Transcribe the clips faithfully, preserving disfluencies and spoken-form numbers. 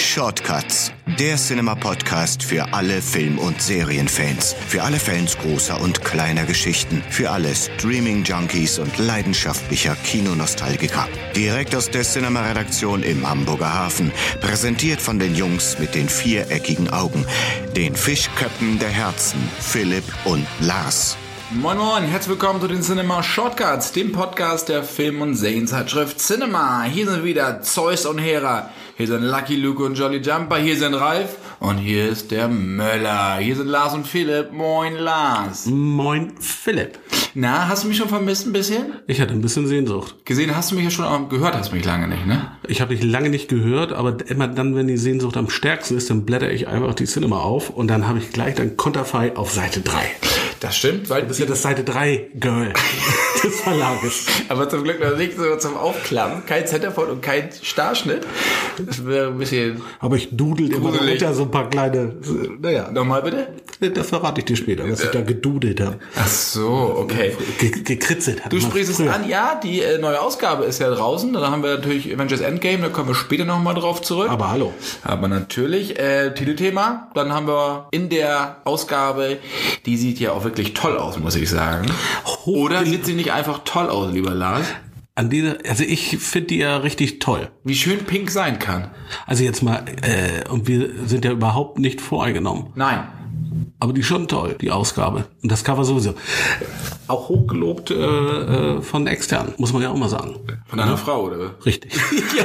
Shortcuts, der Cinema-Podcast für alle Film- und Serienfans. Für alle Fans großer und kleiner Geschichten. Für alle Streaming-Junkies und leidenschaftlicher Kinonostalgiker. Direkt aus der Cinema-Redaktion im Hamburger Hafen. Präsentiert von den Jungs mit den viereckigen Augen. Den Fischköppen der Herzen, Philipp und Lars. Moin Moin, herzlich willkommen zu den Cinema Shortcuts, dem Podcast der Film- und Serienzeitschrift Cinema. Hier sind wieder Zeus und Hera, hier sind Lucky Luke und Jolly Jumper, hier sind Ralf und hier ist der Möller. Hier sind Lars und Philipp. Moin Lars. Moin Philipp. Na, hast du mich schon vermisst ein bisschen? Ich hatte ein bisschen Sehnsucht. Gesehen hast du mich ja schon, aber gehört hast du mich lange nicht, ne? Ich habe dich lange nicht gehört, aber immer dann, wenn die Sehnsucht am stärksten ist, dann blätter ich einfach die Cinema auf und dann habe ich gleich dann Konterfei auf Seite drei. Das stimmt, weil... Das ist ja das Seite drei Girl des Verlages. Aber zum Glück noch nicht so zum Aufklappen. Kein Centerfold und kein Starschnitt. Das wäre ein bisschen... Aber ich dudel immer runter so ein paar kleine... Naja, nochmal bitte? Das verrate ich dir später, was ich da gedudelt habe. Ach so, okay. Ge- gekritzelt hat. Du sprichst es an, ja, die äh, neue Ausgabe ist ja draußen. Da haben wir natürlich Avengers Endgame, da kommen wir später nochmal drauf zurück. Aber hallo. Aber natürlich, äh, Titelthema. Dann haben wir in der Ausgabe, die sieht ja auch wirklich toll aus, muss ich sagen. Oder sieht sie nicht einfach toll aus, lieber Lars? An dieser, also ich finde die ja richtig toll. Wie schön pink sein kann. Also jetzt mal, äh, und wir sind ja überhaupt nicht voreingenommen. Nein. Aber die ist schon toll, die Ausgabe. Und das Cover sowieso. Auch hochgelobt äh, von extern, muss man ja auch mal sagen. Von einer ja. Frau, oder? Richtig. Ja.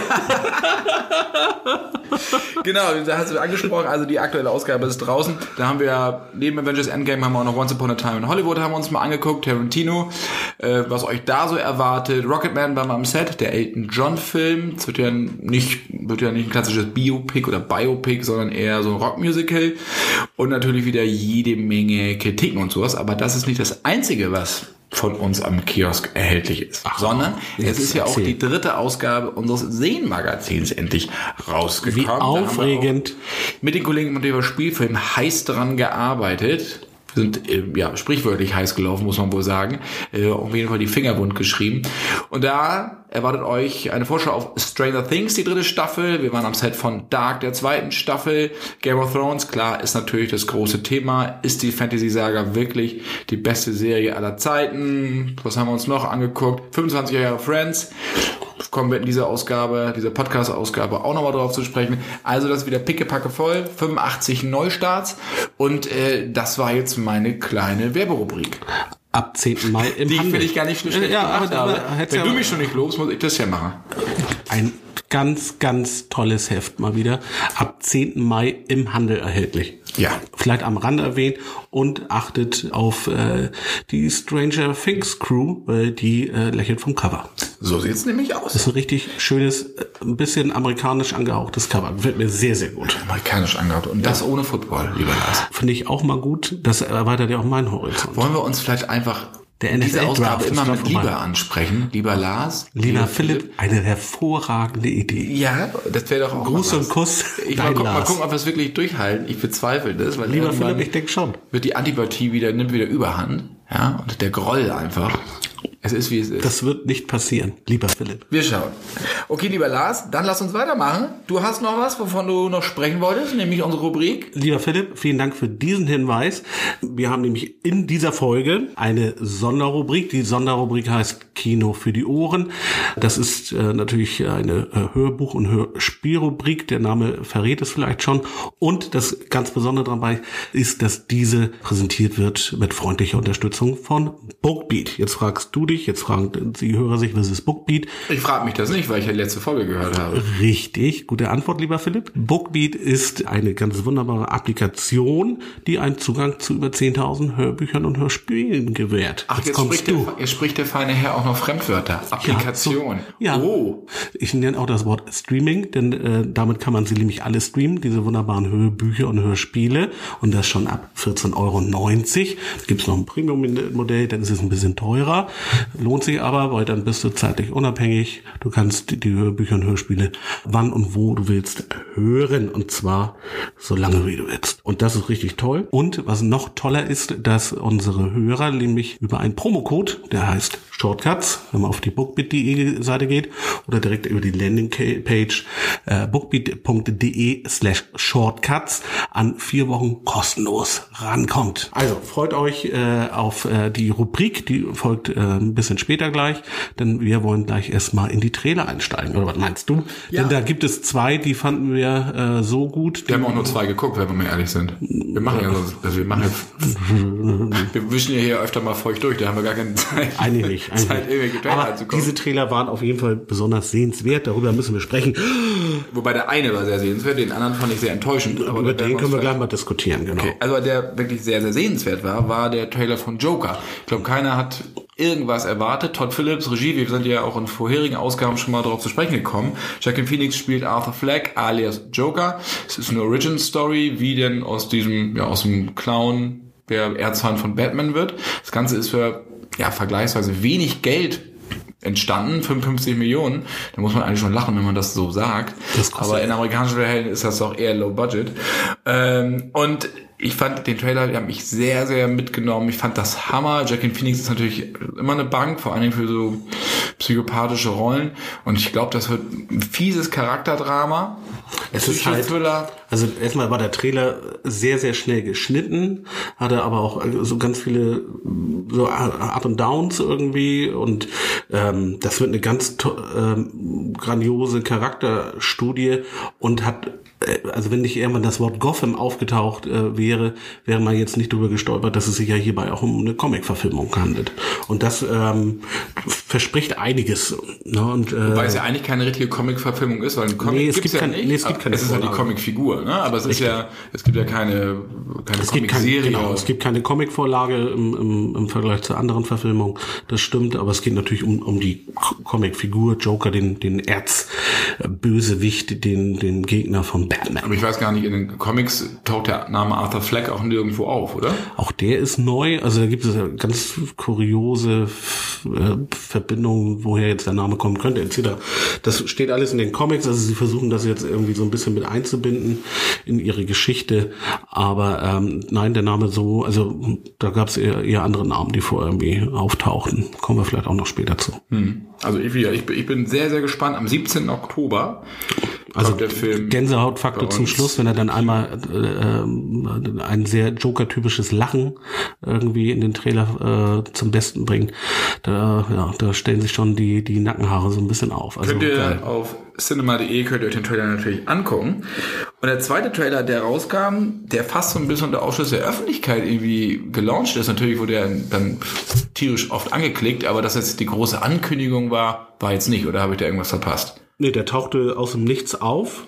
Genau, da hast du angesprochen, also die aktuelle Ausgabe ist draußen. Da haben wir, neben Avengers Endgame haben wir auch noch Once Upon a Time in Hollywood haben wir uns mal angeguckt, Tarantino, äh, was euch da so erwartet. Rocketman war mal am Set, der Elton John Film. Es wird ja nicht, wird ja nicht ein klassisches Biopic oder Biopic, sondern eher so ein Rockmusical. Und natürlich wieder jede Menge Kritiken und sowas, aber das ist nicht das Einzige, was von uns am Kiosk erhältlich ist, Ach, sondern es ist ja auch die dritte Ausgabe unseres Seen-Magazins endlich rausgekommen. Wie aufregend. Mit den Kollegen von dem Spielfilm heiß dran gearbeitet. Wir sind äh, ja sprichwörtlich heiß gelaufen, muss man wohl sagen. Äh, auf jeden Fall die Finger wund geschrieben. Und da erwartet euch eine Vorschau auf Stranger Things, die dritte Staffel. Wir waren am Set von Dark, der zweiten Staffel. Game of Thrones, klar, ist natürlich das große Thema. Ist die Fantasy-Saga wirklich die beste Serie aller Zeiten? Was haben wir uns noch angeguckt? fünfundzwanzig Jahre Friends. Kommen wir in dieser Ausgabe, dieser Podcast-Ausgabe auch nochmal drauf zu sprechen. Also das ist wieder pickepacke voll, fünfundachtzig Neustarts und äh, das war jetzt meine kleine Werberubrik. Ab zehnten Mai im Die Handel. finde ich gar nicht schlecht ja, gemacht, aber, aber, aber wenn ja du mich schon nicht lobst, muss ich das ja machen. Ein ganz, ganz tolles Heft mal wieder. Ab zehnten Mai im Handel erhältlich. Ja. Vielleicht am Rand erwähnt und achtet auf äh, die Stranger Things Crew, äh, die äh, lächelt vom Cover. So sieht's nämlich aus. Das ist ein richtig schönes, ein bisschen amerikanisch angehauchtes Cover. Gefällt mir sehr, sehr gut. Amerikanisch angehaucht. Und das ohne Football, lieber Lars. Finde ich auch mal gut. Das erweitert ja auch meinen Horizont. Wollen wir uns vielleicht einfach Der diese Ausgabe immer mit Liebe vorbei. ansprechen? Lieber Lars. Lieber, lieber Philipp, Philipp, eine hervorragende Idee. Ja, das wäre doch auch Gruß und Kuss. Ich mal, guck, mal gucken, ob wir es wirklich durchhalten. Ich bezweifle das, weil lieber Philipp, ich denke schon. Wird die Antipathie wieder, nimmt wieder Überhand. Ja, und der Groll einfach. Es ist, wie es ist. Das wird nicht passieren, lieber Philipp. Wir schauen. Okay, lieber Lars, dann lass uns weitermachen. Du hast noch was, wovon du noch sprechen wolltest, nämlich unsere Rubrik. Lieber Philipp, vielen Dank für diesen Hinweis. Wir haben nämlich in dieser Folge eine Sonderrubrik. Die Sonderrubrik heißt Kino für die Ohren. Das ist äh, natürlich eine äh, Hörbuch- und Hörspielrubrik. Der Name verrät es vielleicht schon. Und das ganz Besondere dabei ist, dass diese präsentiert wird mit freundlicher Unterstützung von Bookbeat. Jetzt fragst du dich, jetzt fragen die Hörer sich, was ist Bookbeat? Ich frage mich das nicht, weil ich ja die letzte Folge gehört habe. Richtig, gute Antwort, lieber Philipp. Bookbeat ist eine ganz wunderbare Applikation, die einen Zugang zu über zehntausend Hörbüchern und Hörspielen gewährt. Ach, jetzt, jetzt spricht, der, jetzt spricht der feine Herr auch noch Fremdwörter. Applikation. Ja, so, ja. Oh. Ich nenne auch das Wort Streaming, denn äh, damit kann man sie nämlich alle streamen, diese wunderbaren Hörbücher und Hörspiele. Und das schon ab vierzehn Euro neunzig. Da gibt es noch ein Premium-Modell, dann ist es ein bisschen teurer. Lohnt sich aber, weil dann bist du zeitlich unabhängig. Du kannst die, die Hörbücher und Hörspiele wann und wo du willst hören. Und zwar so lange wie du willst. Und das ist richtig toll. Und was noch toller ist, dass unsere Hörer nämlich über einen Promocode, der heißt Shortcuts, wenn man auf die bookbeat punkt de Seite geht oder direkt über die Landingpage äh, bookbeat punkt de slash shortcuts an vier Wochen kostenlos rankommt. Also freut euch äh, auf äh, die Rubrik, die folgt äh, ein bisschen später gleich, denn wir wollen gleich erstmal in die Trailer einsteigen. Oder was meinst du? Ja. Denn da gibt es zwei, die fanden wir äh, so gut. Wir haben auch nur zwei geguckt, wenn wir mal ehrlich sind. Wir machen ja, also wir machen ja, wir wischen ja hier öfter mal feucht durch, da haben wir gar keine Zeit. Eigentlich nicht. Eigentlich Zeit, irgendwelche Trailer Aber anzugucken. diese Trailer waren auf jeden Fall besonders sehenswert, darüber müssen wir sprechen. Wobei der eine war sehr sehenswert, den anderen fand ich sehr enttäuschend. Aber Über da den können wir vielleicht- gleich mal diskutieren, genau. Okay. Also der wirklich sehr, sehr sehenswert war, war der Trailer von Joker. Ich glaube, keiner hat irgendwas erwartet. Todd Phillips, Regie, wir sind ja auch in vorherigen Ausgaben schon mal darauf zu sprechen gekommen. Joaquin Phoenix spielt Arthur Fleck alias Joker. Es ist eine Origin-Story, wie denn aus diesem, ja, aus dem Clown der Erzfeind von Batman wird. Das Ganze ist für, ja, vergleichsweise wenig Geld entstanden, fünfundfünfzig Millionen. Da muss man eigentlich schon lachen, wenn man das so sagt. Das kostet- Aber in amerikanischen Verhältnissen ist das doch eher low budget. Ähm, und ich fand den Trailer, der hat mich sehr, sehr mitgenommen. Ich fand das Hammer. Joaquin Phoenix ist natürlich immer eine Bank, vor allen Dingen für so psychopathische Rollen. Und ich glaube, das wird ein fieses Charakterdrama. Es ist halt, Psychothriller. also erstmal war der Trailer sehr, sehr schnell geschnitten, hatte aber auch so ganz viele so Up and Downs irgendwie und ähm, das wird eine ganz to- ähm, grandiose Charakterstudie und hat, äh, also wenn nicht irgendwann das Wort Gotham aufgetaucht äh, wäre, wäre man jetzt nicht drüber gestolpert, dass es sich ja hierbei auch um eine Comic-Verfilmung handelt. Und das ähm, verspricht einiges. Ne? Und, äh, Weil es ja eigentlich keine richtige Comic-Verfilmung ist, weil ein Comic Nee, es gibt's gibt ja kein- nicht. nee, es gibt keine es ist ja die Vorlage. Comic-Figur, ne? Aber es ist ja, es gibt ja keine, keine Es gibt, kein, Comic-Serie. genau, es gibt keine Comicvorlage im, im, im Vergleich zu anderen Verfilmungen, das stimmt, aber es geht natürlich um, um die Comicfigur Joker, den, den Erzbösewicht, den, den Gegner von Batman. Aber ich weiß gar nicht, in den Comics taucht der Name Arthur Fleck auch nirgendwo auf, oder? Auch der ist neu, also da gibt es ja ganz kuriose äh, Verbindungen, woher jetzt der Name kommen könnte, et cetera. Das steht alles in den Comics, also sie versuchen das jetzt irgendwie so ein bisschen mit einzubinden in ihre Geschichte, aber ähm, nein, der Name so, also da gab es eher, eher andere Namen, die vorher irgendwie auftauchten. Kommen wir vielleicht auch noch später zu. Hm. Also ich, wieder, ich, bin- ich bin sehr, sehr gespannt. Am siebzehnten Oktober Also kommt der Film. Gänsehautfaktor bei zum uns. Schluss, wenn er dann einmal äh, ein sehr Joker-typisches Lachen irgendwie in den Trailer äh, zum Besten bringt. Da, ja, da stellen sich schon die die Nackenhaare so ein bisschen auf. Also Könnt ihr geil. auf cinema punkt de könnt ihr euch den Trailer natürlich angucken. Und der zweite Trailer, der rauskam, der fast so ein bisschen unter Ausschluss der Öffentlichkeit irgendwie gelauncht ist. Natürlich wurde er dann tierisch oft angeklickt, aber dass jetzt die große Ankündigung war, war jetzt nicht. Oder habe ich da irgendwas verpasst? Nee, der tauchte aus dem Nichts auf.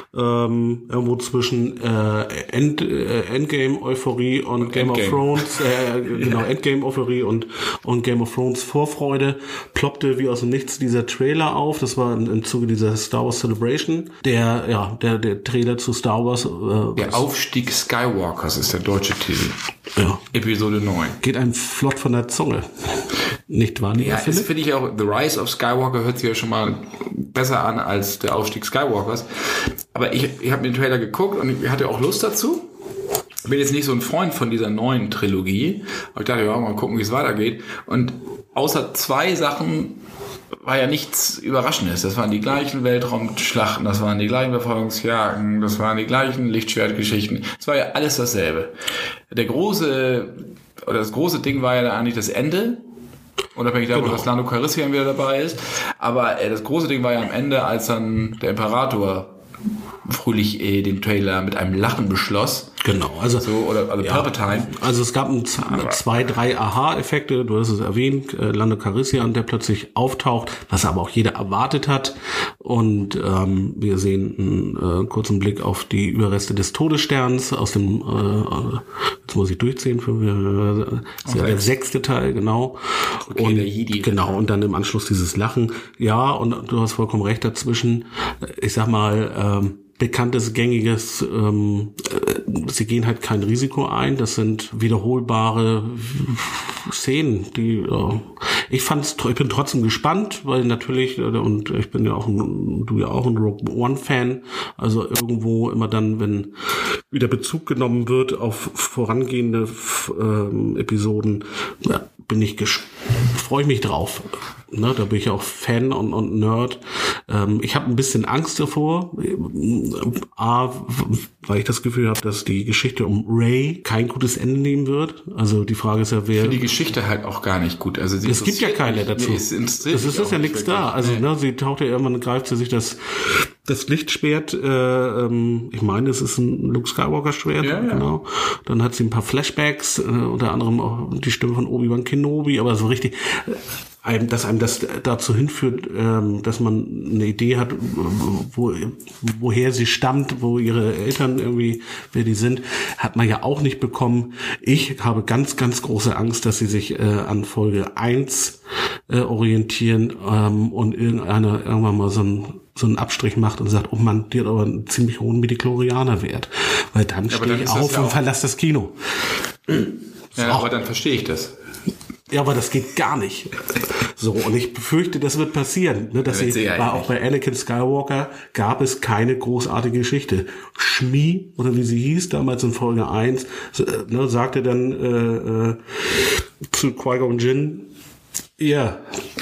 Ähm, irgendwo zwischen äh, End, äh, Endgame-Euphorie und, und Game Endgame. of Thrones, äh, genau, Endgame-Euphorie und, und Game of Thrones Vorfreude, ploppte wie aus dem Nichts dieser Trailer auf. Das war im Zuge dieser Star Wars Celebration. Der, ja, der, der Trailer zu Star Wars. Äh, Der Aufstieg Skywalkers ist der deutsche Titel. ja, Episode neun. geht einem flott von der Zunge. Nicht wahr, lieber Ja, das Philipp? finde ich auch, The Rise of Skywalker hört sich ja schon mal besser an als der Aufstieg Skywalkers. Aber ich, ich habe mir den Trailer geguckt und ich hatte auch Lust dazu. Ich bin jetzt nicht so ein Freund von dieser neuen Trilogie. Aber ich dachte, ja, mal gucken, wie es weitergeht. Und außer zwei Sachen war ja nichts Überraschendes. Das waren die gleichen Weltraumschlachten, das waren die gleichen Verfolgungsjagden, das waren die gleichen Lichtschwertgeschichten. Es war ja alles dasselbe. Der große, oder das große Ding war ja dann eigentlich das Ende. Unabhängig davon, Genau. dass Lando Calrissian wieder dabei ist. Aber äh, das große Ding war ja am Ende, als dann der Imperator fröhlich äh, den Trailer mit einem Lachen beschloss. Genau, also So, oder also ja, Palpatine. also es gab ein, z- zwei, drei Aha-Effekte, du hast es erwähnt, äh, Lando Calrissian, der plötzlich auftaucht, was aber auch jeder erwartet hat. Und ähm, wir sehen einen äh, kurzen Blick auf die Überreste des Todessterns aus dem, äh, jetzt muss ich durchziehen, für, äh, das ist ja der sechste Teil, genau. Okay, und, der Jedi. Genau, und dann im Anschluss dieses Lachen. Ja, und du hast vollkommen recht dazwischen. Ich sag mal, ähm, bekanntes, gängiges, ähm, äh, sie gehen halt kein Risiko ein. Das sind wiederholbare Szenen, die äh, ich fand's, ich bin trotzdem gespannt, weil natürlich, und ich bin ja auch ein, du ja auch ein Rogue One-Fan, also irgendwo immer dann, wenn wieder Bezug genommen wird auf vorangehende ähm, Episoden, ja, bin ich ges- freue ich mich drauf. Ne, da bin ich auch Fan und, und Nerd. Ähm, ich habe ein bisschen Angst davor. A, weil ich das Gefühl habe, dass die Geschichte um Rey kein gutes Ende nehmen wird. Also die Frage ist ja, wer... Ich finde die Geschichte halt auch gar nicht gut. Also sie es gibt ja keine dazu. Nee, es ist, es ist ja nichts da. Also nee. ne, sie taucht ja irgendwann, greift sie sich das das Lichtschwert, äh, ähm, ich meine, es ist ein Luke Skywalker-Schwert, ja, ja. genau. Dann hat sie ein paar Flashbacks, äh, unter anderem auch die Stimme von Obi-Wan Kenobi, aber so richtig... Äh, einem, dass einem das dazu hinführt, ähm, dass man eine Idee hat, wo, woher sie stammt, wo ihre Eltern irgendwie, wer die sind, hat man ja auch nicht bekommen. Ich habe ganz, ganz große Angst, dass sie sich äh, an Folge eins äh, orientieren ähm, und irgendeiner irgendwann mal so ein so einen Abstrich macht und sagt, oh Mann, die hat aber einen ziemlich hohen Midichlorianer-Wert. Weil dann ja, stehe ich auf ja und verlasse das Kino. Ja, so. Aber dann verstehe ich das. Ja, aber das geht gar nicht. So, und ich befürchte, das wird passieren. Ne, dass ja, sie, war auch bei Anakin Skywalker gab es keine großartige Geschichte. Shmi, oder wie sie hieß, damals in Folge eins, ne, sagte dann äh, äh, zu Qui-Gon Jinn, ja,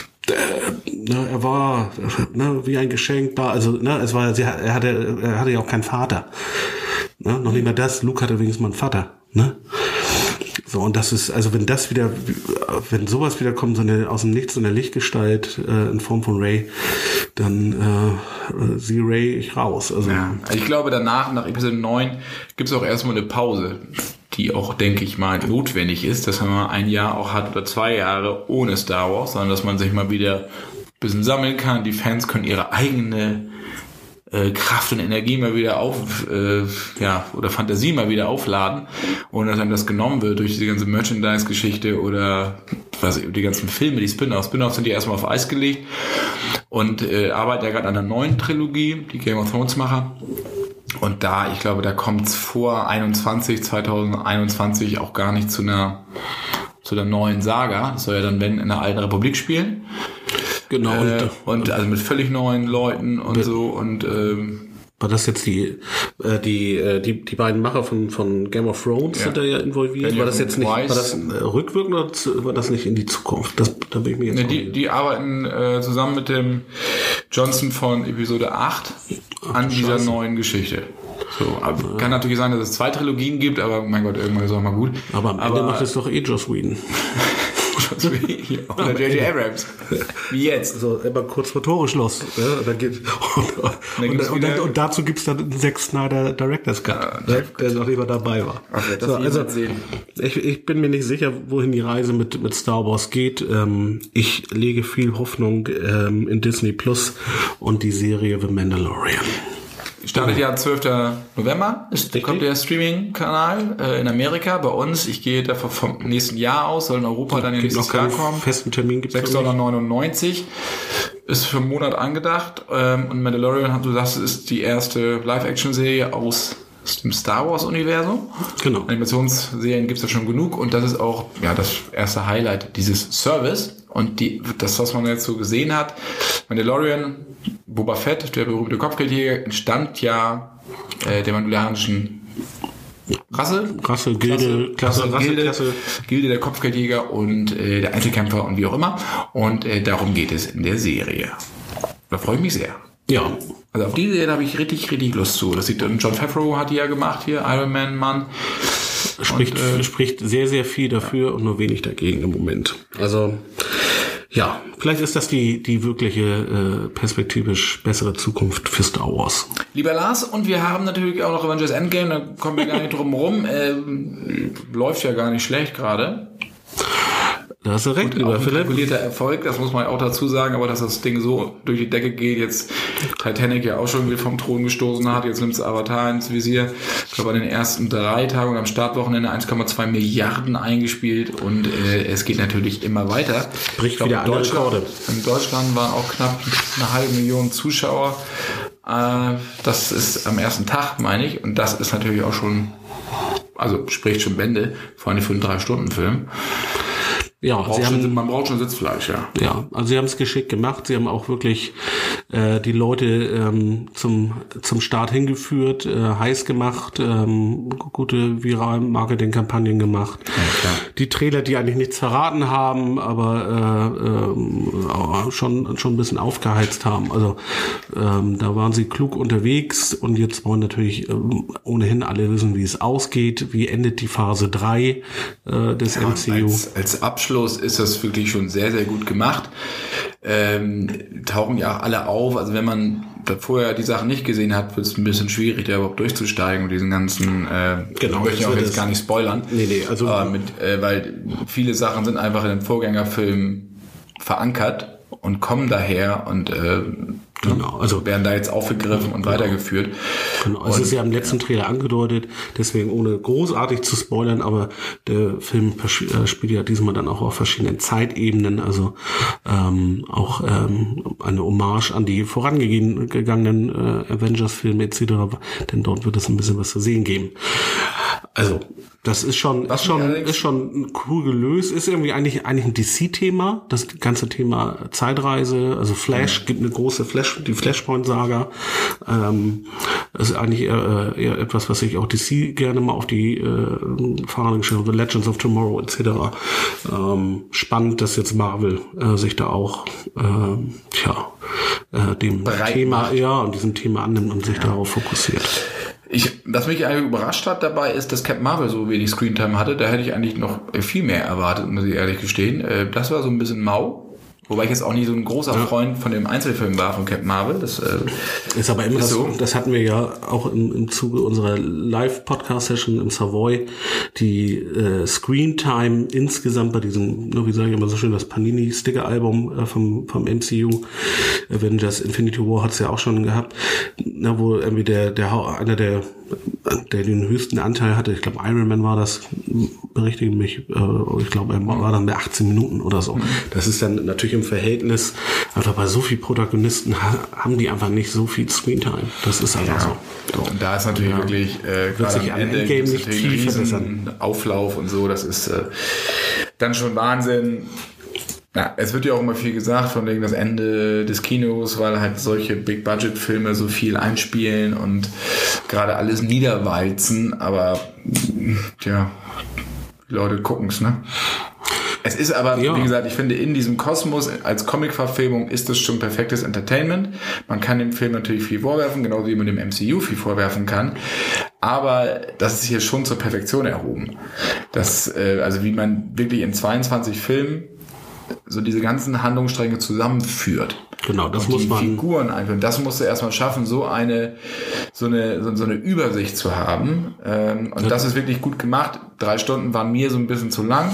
äh, ne, er war ne, wie ein Geschenk da. Also, ne, es war, sie, er hatte, er hatte ja auch keinen Vater. Ne, noch nicht mal das. Luke hatte wenigstens mal einen Vater. Ne? So, und das ist, also wenn das wieder, wenn sowas wieder kommt, so eine, aus dem Nichts, so eine Lichtgestalt äh, in Form von Rey, dann äh, sieh Rey ich raus. Also, ja, ich glaube danach, nach Episode neun, gibt es auch erstmal eine Pause, die auch, denke ich mal, notwendig ist, dass man mal ein Jahr auch hat oder zwei Jahre ohne Star Wars, sondern dass man sich mal wieder ein bisschen sammeln kann. Die Fans können ihre eigene äh, Kraft und Energie mal wieder auf, äh, ja, oder Fantasie mal wieder aufladen, ohne dass einem das genommen wird durch diese ganze Merchandise-Geschichte oder was, die ganzen Filme, die Spin-Offs. Spin-Offs sind ja erstmal auf Eis gelegt und äh, arbeitet ja gerade an einer neuen Trilogie, die Game of Thrones Macher. Und da, ich glaube, da kommt's vor einundzwanzig, zwanzig einundzwanzig auch gar nicht zu einer zu der neuen Saga. Das soll ja dann, wenn, in der alten Republik spielen. Genau. Äh, und, und also mit völlig neuen Leuten und so und ähm, war das jetzt die äh, die äh, die die beiden Macher von von Game of Thrones, ja, sind da ja involviert? Daniel war das jetzt nicht Weiss. War das äh, rückwirkend oder zu, war das nicht in die Zukunft? Das da bin ich mir jetzt ne, die die arbeiten äh, zusammen mit dem Johnson von Episode acht Ach, an dieser Scheiße. neuen Geschichte. So, aber ja. Kann natürlich sein, dass es zwei Trilogien gibt, aber mein Gott, irgendwann ist auch mal gut. Aber am Ende aber, macht es doch eh Joss Whedon. Oder J J Abrams. Wie jetzt. So, immer kurz vor Toreschluss. Ja, dann geht, und, und, und, und, und, und dazu gibt's dann einen Zack Snyder Director's Cut, ja, der, der noch nicht mal dabei war. Okay, das so, also, sehen. Ich, ich bin mir nicht sicher, wohin die Reise mit, mit Star Wars geht. Ähm, ich lege viel Hoffnung ähm, in Disney Plus und die Serie The Mandalorian. Startet ja zwölften November, ist, kommt der Streaming-Kanal äh, in Amerika. Bei uns, ich gehe davon vom nächsten Jahr aus, soll in Europa dann in nächstes Jahr kommen. Festen Termin gibt's sechs Dollar neunundneunzig ist für einen Monat angedacht. Ähm, und Mandalorian, du sagst, ist die erste Live-Action-Serie aus dem Star Wars-Universum. Genau. Animationsserien gibt's ja schon genug und das ist auch ja das erste Highlight dieses Service. Und die, das, was man jetzt so gesehen hat, Mandalorian, Boba Fett, der berühmte Kopfgeldjäger, entstand ja äh, der mandalorianischen Rasse, Rasse, Gilde, Klasse, Klasse, Rasse, Gilde, Klasse. Gilde der Kopfgeldjäger und äh, der Einzelkämpfer und wie auch immer. Und äh, darum geht es in der Serie. Da freue ich mich sehr. Ja. Also auf die Serie habe ich richtig, richtig Lust zu. Das sieht John Favreau hat die ja gemacht hier, Iron Man Mann. Spricht, und, äh, spricht sehr, sehr viel dafür und nur wenig dagegen im Moment. Also, ja, vielleicht ist das die, die wirkliche, äh, perspektivisch bessere Zukunft für Star Wars. Lieber Lars, und wir haben natürlich auch noch Avengers Endgame, da kommen wir gar nicht drum rum. Ähm, läuft ja gar nicht schlecht gerade. Da hast du recht, und lieber Philipp. Kalkulierter Erfolg, das muss man auch dazu sagen, aber dass das Ding so durch die Decke geht, jetzt Titanic ja auch schon wieder vom Thron gestoßen hat, jetzt nimmt es Avatar ins Visier. Ich glaube, an den ersten drei Tagen und am Startwochenende eins Komma zwei Milliarden eingespielt und äh, es geht natürlich immer weiter. Bricht wieder alle Rekorde. In Deutschland waren auch knapp eine halbe Million Zuschauer. Äh, das ist am ersten Tag, meine ich, und das ist natürlich auch schon, also spricht schon Bände, vor allem für einen drei Stunden Film. Ja, braucht sie schon, haben, man braucht schon Sitzfleisch, ja. Ja, also sie haben es geschickt gemacht. Sie haben auch wirklich äh, die Leute ähm, zum zum Start hingeführt, äh, heiß gemacht, ähm, gute Viral-Marketing-Kampagnen gemacht. Ja, klar. Die Trailer, die eigentlich nichts verraten haben, aber äh, äh, schon schon ein bisschen aufgeheizt haben. Also ähm, da waren sie klug unterwegs und jetzt wollen natürlich ähm, ohnehin alle wissen, wie es ausgeht, wie endet die Phase drei äh, des Ja, M C U. Als, als Abschluss ist das wirklich schon sehr, sehr gut gemacht. Ähm, tauchen ja auch alle auf. Also wenn man vorher die Sachen nicht gesehen hat, wird es ein bisschen schwierig, da überhaupt durchzusteigen und diesen ganzen, äh, Genau, ich möchte das auch wird jetzt es- gar nicht spoilern. Nee, nee, also- äh, mit, äh, weil viele Sachen sind einfach in den Vorgängerfilmen verankert und kommen daher und äh, Genau, also werden da jetzt aufgegriffen und weitergeführt. Genau, es Und- ist ja im letzten Trailer angedeutet, deswegen ohne großartig zu spoilern, aber der Film versch- äh, spielt ja diesmal dann auch auf verschiedenen Zeitebenen, also ähm, auch ähm, eine Hommage an die vorangegangenen äh, Avengers-Filme et cetera, denn dort wird es ein bisschen was zu sehen geben. Also das ist schon, Was ist schon, mich allerdings- ist schon cool gelöst. Ist irgendwie eigentlich eigentlich ein D C-Thema. Das ganze Thema Zeitreise, also Flash, gibt eine große Flash, die Flashpoint-Saga. Ähm, ist eigentlich eher, äh, eher etwas, was sich auch D C gerne mal auf die äh, Fahnen geschrieben hat, The Legends of Tomorrow et cetera. Ähm, spannend, dass jetzt Marvel äh, sich da auch ähm, tja, äh, dem Bereit Thema, macht. ja, und diesem Thema annimmt und sich darauf fokussiert. Ich, was mich eigentlich überrascht hat dabei, ist, dass Captain Marvel so wenig Screentime hatte. Da hätte ich eigentlich noch viel mehr erwartet, muss ich ehrlich gestehen. Äh, Das war so ein bisschen mau. Wobei ich jetzt auch nicht so ein großer Freund von dem Einzelfilm war von Captain Marvel. Das äh, Ist aber immer Ist das, so. das hatten wir ja auch im, im Zuge unserer Live-Podcast-Session im Savoy, die äh, Screentime insgesamt bei diesem, ne, wie sage ich immer so schön, das Panini-Sticker-Album äh, vom, vom M C U, Avengers Infinity War hat's ja auch schon gehabt, na, wo irgendwie der, der Hau- einer der der den höchsten Anteil hatte, ich glaube Iron Man war das, berichtige mich, äh, ich glaube er war dann bei achtzehn Minuten oder so. Das ist dann natürlich im Verhältnis, einfach bei so vielen Protagonisten ha- haben die einfach nicht so viel Screentime. Das ist einfach so. so, und da ist natürlich Ja. wirklich äh, Wird sich gerade am am Ende Endgame gibt's nicht natürlich viel einen riesen verbessern. Auflauf und so. Das ist äh, dann schon Wahnsinn. Ja, es wird ja auch immer viel gesagt von wegen das Ende des Kinos, weil halt solche Big-Budget-Filme so viel einspielen und gerade alles niederwalzen, aber tja, die Leute gucken's, ne? Es ist aber, Ja. wie gesagt, ich finde, in diesem Kosmos als Comic-Verfilmung ist das schon perfektes Entertainment. Man kann dem Film natürlich viel vorwerfen, genauso wie man dem M C U viel vorwerfen kann. Aber das ist hier schon zur Perfektion erhoben. Das, äh, also wie man wirklich in zweiundzwanzig Filmen so diese ganzen Handlungsstränge zusammenführt. Genau, das und muss die man- Figuren einführen. Das musst du erstmal schaffen, so eine so eine so, so eine Übersicht zu haben. Ähm, und das ist wirklich gut gemacht. Drei Stunden waren mir so ein bisschen zu lang,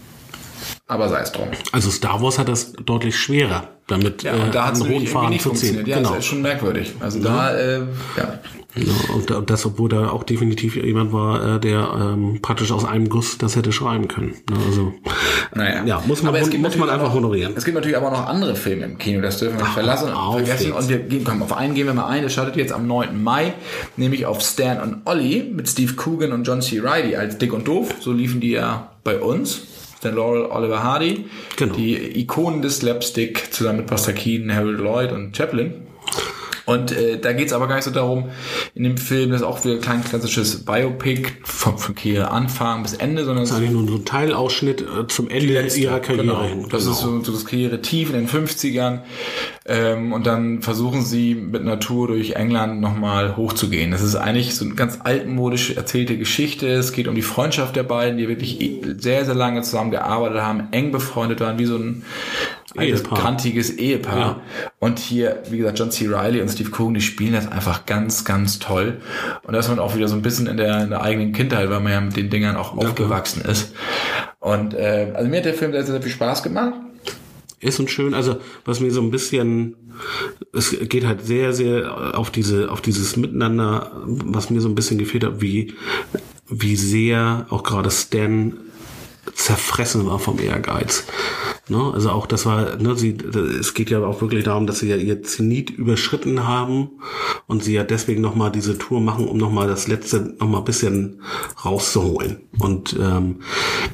aber sei es drum. Also Star Wars hat das deutlich schwerer, damit Ja, und da hat es einen roten irgendwie Faden nicht zu ziehen. funktioniert. Ja, Genau. das ist schon merkwürdig. Also da, äh, ja. Ja, und, und das, obwohl da auch definitiv jemand war, äh, der ähm, praktisch aus einem Guss das hätte schreiben können. Ne, also Naja. ja, muss man Aber es hon- gibt muss man natürlich einfach auch noch- honorieren. Es gibt natürlich aber auch noch andere Filme im Kino, das dürfen wir nicht verlassen auf und vergessen. jetzt. Und wir gehen, komm, auf einen gehen wir mal ein. Das startet jetzt am neunten Mai, nämlich auf Stan und Ollie mit Steve Coogan und John C. Reilly als Dick und Doof. So liefen die ja bei uns. Stan Laurel, Oliver Hardy. Genau. Die Ikonen des Slapstick zusammen mit Buster Keaton, Harold Lloyd und Chaplin. Und äh, da geht's aber gar nicht so darum, in dem Film, das ist auch wieder ein klein klassisches Biopic vom, vom Anfang bis Ende, sondern es Das ist eigentlich nur so ein Teilausschnitt äh, zum Ende letzte, ihrer Karriere genau. hin. Das Genau. ist so, so das Karriere tief in den fünfzigern. Ähm, und dann versuchen sie mit einer Tour durch England nochmal hochzugehen. Das ist eigentlich so eine ganz altmodisch erzählte Geschichte. Es geht um die Freundschaft der beiden, die wirklich sehr, sehr lange zusammen gearbeitet haben, eng befreundet waren, wie so ein altes, Ehepaar. kantiges Ehepaar. Ja. Und hier, wie gesagt, John C. Reilly und Steve Coogan, die spielen das einfach ganz, ganz toll. Und da ist man auch wieder so ein bisschen in der, in der eigenen Kindheit, weil man ja mit den Dingern auch aufgewachsen ist. Und äh, also mir hat der Film sehr, sehr viel Spaß gemacht. Ist und schön, also was mir so ein bisschen, es geht halt sehr, sehr auf diese, auf dieses Miteinander, was mir so ein bisschen gefehlt hat, wie, wie sehr auch gerade Stan zerfressen war vom Ehrgeiz. Ne? Also auch das war, ne, sie, es geht ja auch wirklich darum, dass sie ja ihr Zenit überschritten haben und sie ja deswegen nochmal diese Tour machen, um nochmal das letzte nochmal ein bisschen rauszuholen. Und ähm,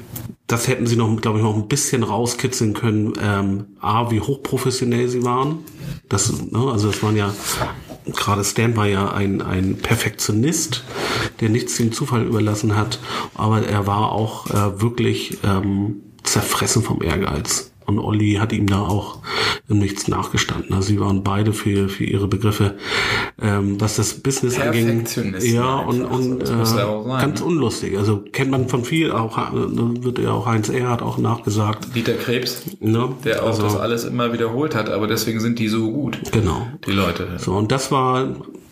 das hätten sie noch, glaube ich, noch ein bisschen rauskitzeln können. Ähm, A, wie hochprofessionell sie waren. Das, ne, also das waren ja, gerade Stan war ja ein, ein Perfektionist, der nichts dem Zufall überlassen hat. Aber er war auch äh, wirklich ähm, zerfressen vom Ehrgeiz. Und Olli hat ihm da auch im Nichts nachgestanden. Also sie waren beide für für ihre Begriffe, ähm, was das Business anging. Ja, und, und äh, ganz unlustig. Also kennt man von viel, auch wird ja auch Heinz Erhardt auch nachgesagt. Dieter Krebs, ne? Der auch also, das alles immer wiederholt hat, aber deswegen sind die so gut. Genau. Die Leute. So, und das war...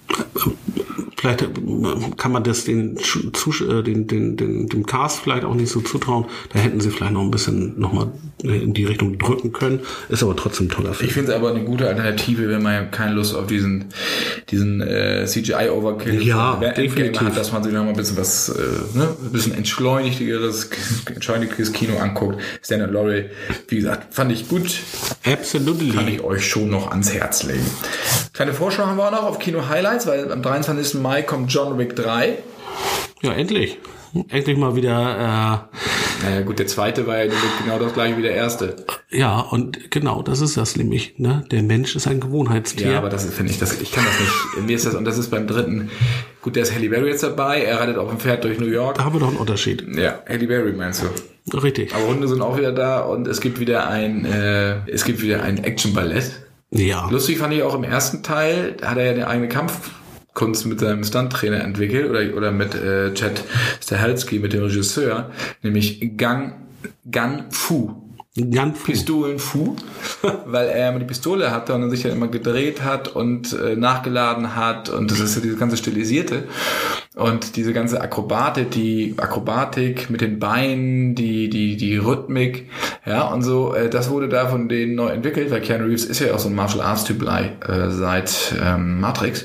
Vielleicht kann man das den, den, den, den, dem Cast vielleicht auch nicht so zutrauen. Da hätten sie vielleicht noch ein bisschen noch mal in die Richtung drücken können. Ist aber trotzdem ein toller Film. Ich finde es aber eine gute Alternative, wenn man keine Lust auf diesen diesen äh, C G I-Overkill ja, definitiv hat, dass man sich noch mal ein bisschen was, äh, ne, ein bisschen entschleunigtigeres, entschleunigtes Kino anguckt. Stan und Laurie, wie gesagt, fand ich gut. Absolutely. Kann ich euch schon noch ans Herz legen. Kleine Vorschau haben wir auch noch auf Kino-Highlights, weil am dreiundzwanzigsten Mai kommt John Wick drei. Ja, endlich. Endlich mal wieder... Äh, naja gut, der zweite war ja genau das gleiche wie der erste. Ja, und genau, das ist das nämlich. Ne? Der Mensch ist ein Gewohnheitstier. Ja, aber das finde ich, das, ich kann das nicht. Mir ist das, und das ist beim dritten... Gut, der ist Halle Berry jetzt dabei, er reitet auf dem Pferd durch New York. Da haben wir doch einen Unterschied. Ja, Halle Berry meinst du? Richtig. Aber Hunde sind auch wieder da und es gibt wieder ein, äh, es gibt wieder ein Action-Ballett. Ja. Lustig fand ich auch im ersten Teil, hat er ja eine eigene Kampfkunst mit seinem Stunt-Trainer entwickelt oder, oder mit äh, Chad Stahelski, mit dem Regisseur, nämlich Gang, Gun Fu. Gun Fu. Pistolen Fu, weil er immer die Pistole hatte und dann sich ja immer gedreht hat und äh, nachgeladen hat und das ist ja dieses ganze Stilisierte und diese ganze Akrobatik, die Akrobatik mit den Beinen, die die die Rhythmik, ja und so, äh, das wurde da von denen neu entwickelt, weil Keanu Reeves ist ja auch so ein Martial Arts Typ äh, seit ähm, Matrix.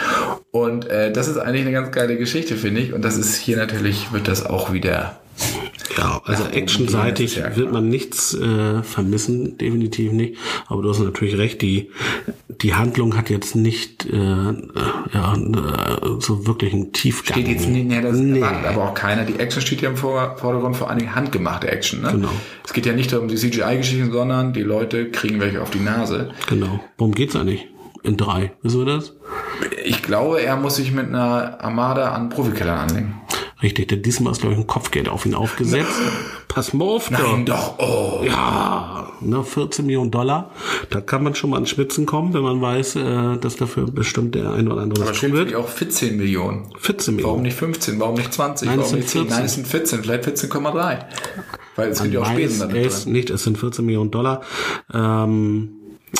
Und äh, das ist eigentlich eine ganz geile Geschichte, finde ich. Und das ist hier natürlich, wird das auch wieder... Ja, also actionseitig wird man nichts äh, vermissen, definitiv nicht. Aber du hast natürlich recht, die die Handlung hat jetzt nicht äh, ja, so wirklich einen Tiefgang. Steht jetzt nicht, nee, das nee. erwartet aber auch keiner. Die Action steht ja im Vordergrund, vor allen Dingen handgemachte Action. Ne? Genau. Es geht ja nicht um die C G I-Geschichten, sondern die Leute kriegen welche auf die Nase. Genau. Worum geht's eigentlich? In drei. Wissen wir das? Ich glaube, er muss sich mit einer Armada an Profikillern anlegen. Richtig, denn diesmal ist, glaube ich, ein Kopfgeld auf ihn aufgesetzt. Pass mal auf, Nein, doch. Oh. Ja, ne, vierzehn Millionen Dollar. Da kann man schon mal an Spitzen kommen, wenn man weiß, äh, dass dafür bestimmt der ein oder andere was tun wird. Aber auch vierzehn Millionen. vierzehn Millionen. Warum nicht fünfzehn? Warum nicht zwanzig? Nein, Warum es nicht sind zehn? Nein, es sind vierzehn. Vielleicht vierzehn Komma drei. Weil es gibt ja auch Spesen da es nicht, es sind vierzehn Millionen Dollar. Ähm,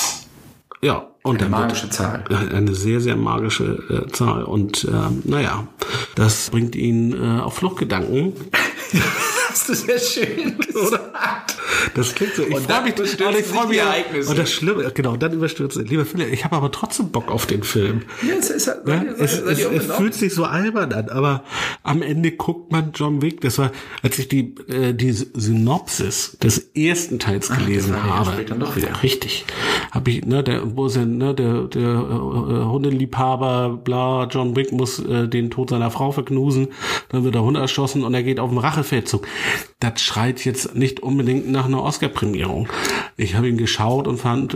ja. Und eine magische Zahl. Eine sehr, sehr magische äh, Zahl. Und ähm, naja, das bringt ihn äh, auf Fluchtgedanken. Hast du sehr schön gesagt. Das klingt so. Ich freue mich, und ich freue mich Ereignisse. Und das Schlimme, genau, dann überstürzt. Lieber Philipp, ich habe aber trotzdem Bock auf den Film. Ja, es ist halt, ja, es, es, es fühlt sich so albern an, aber am Ende guckt man John Wick. Das war, als ich die äh, die Synopsis des ersten Teils Ach, gelesen das habe. Ja dann doch wieder. Richtig, habe ich, ne, der, wo sind, ne, der der äh, Hundeliebhaber, bla, John Wick muss äh, den Tod seiner Frau verknusen, dann wird der Hund erschossen und er geht auf den Rachefeldzug. Das schreit jetzt nicht unbedingt nach einer Oscar-Prämierung. Ich habe ihn geschaut und fand, äh,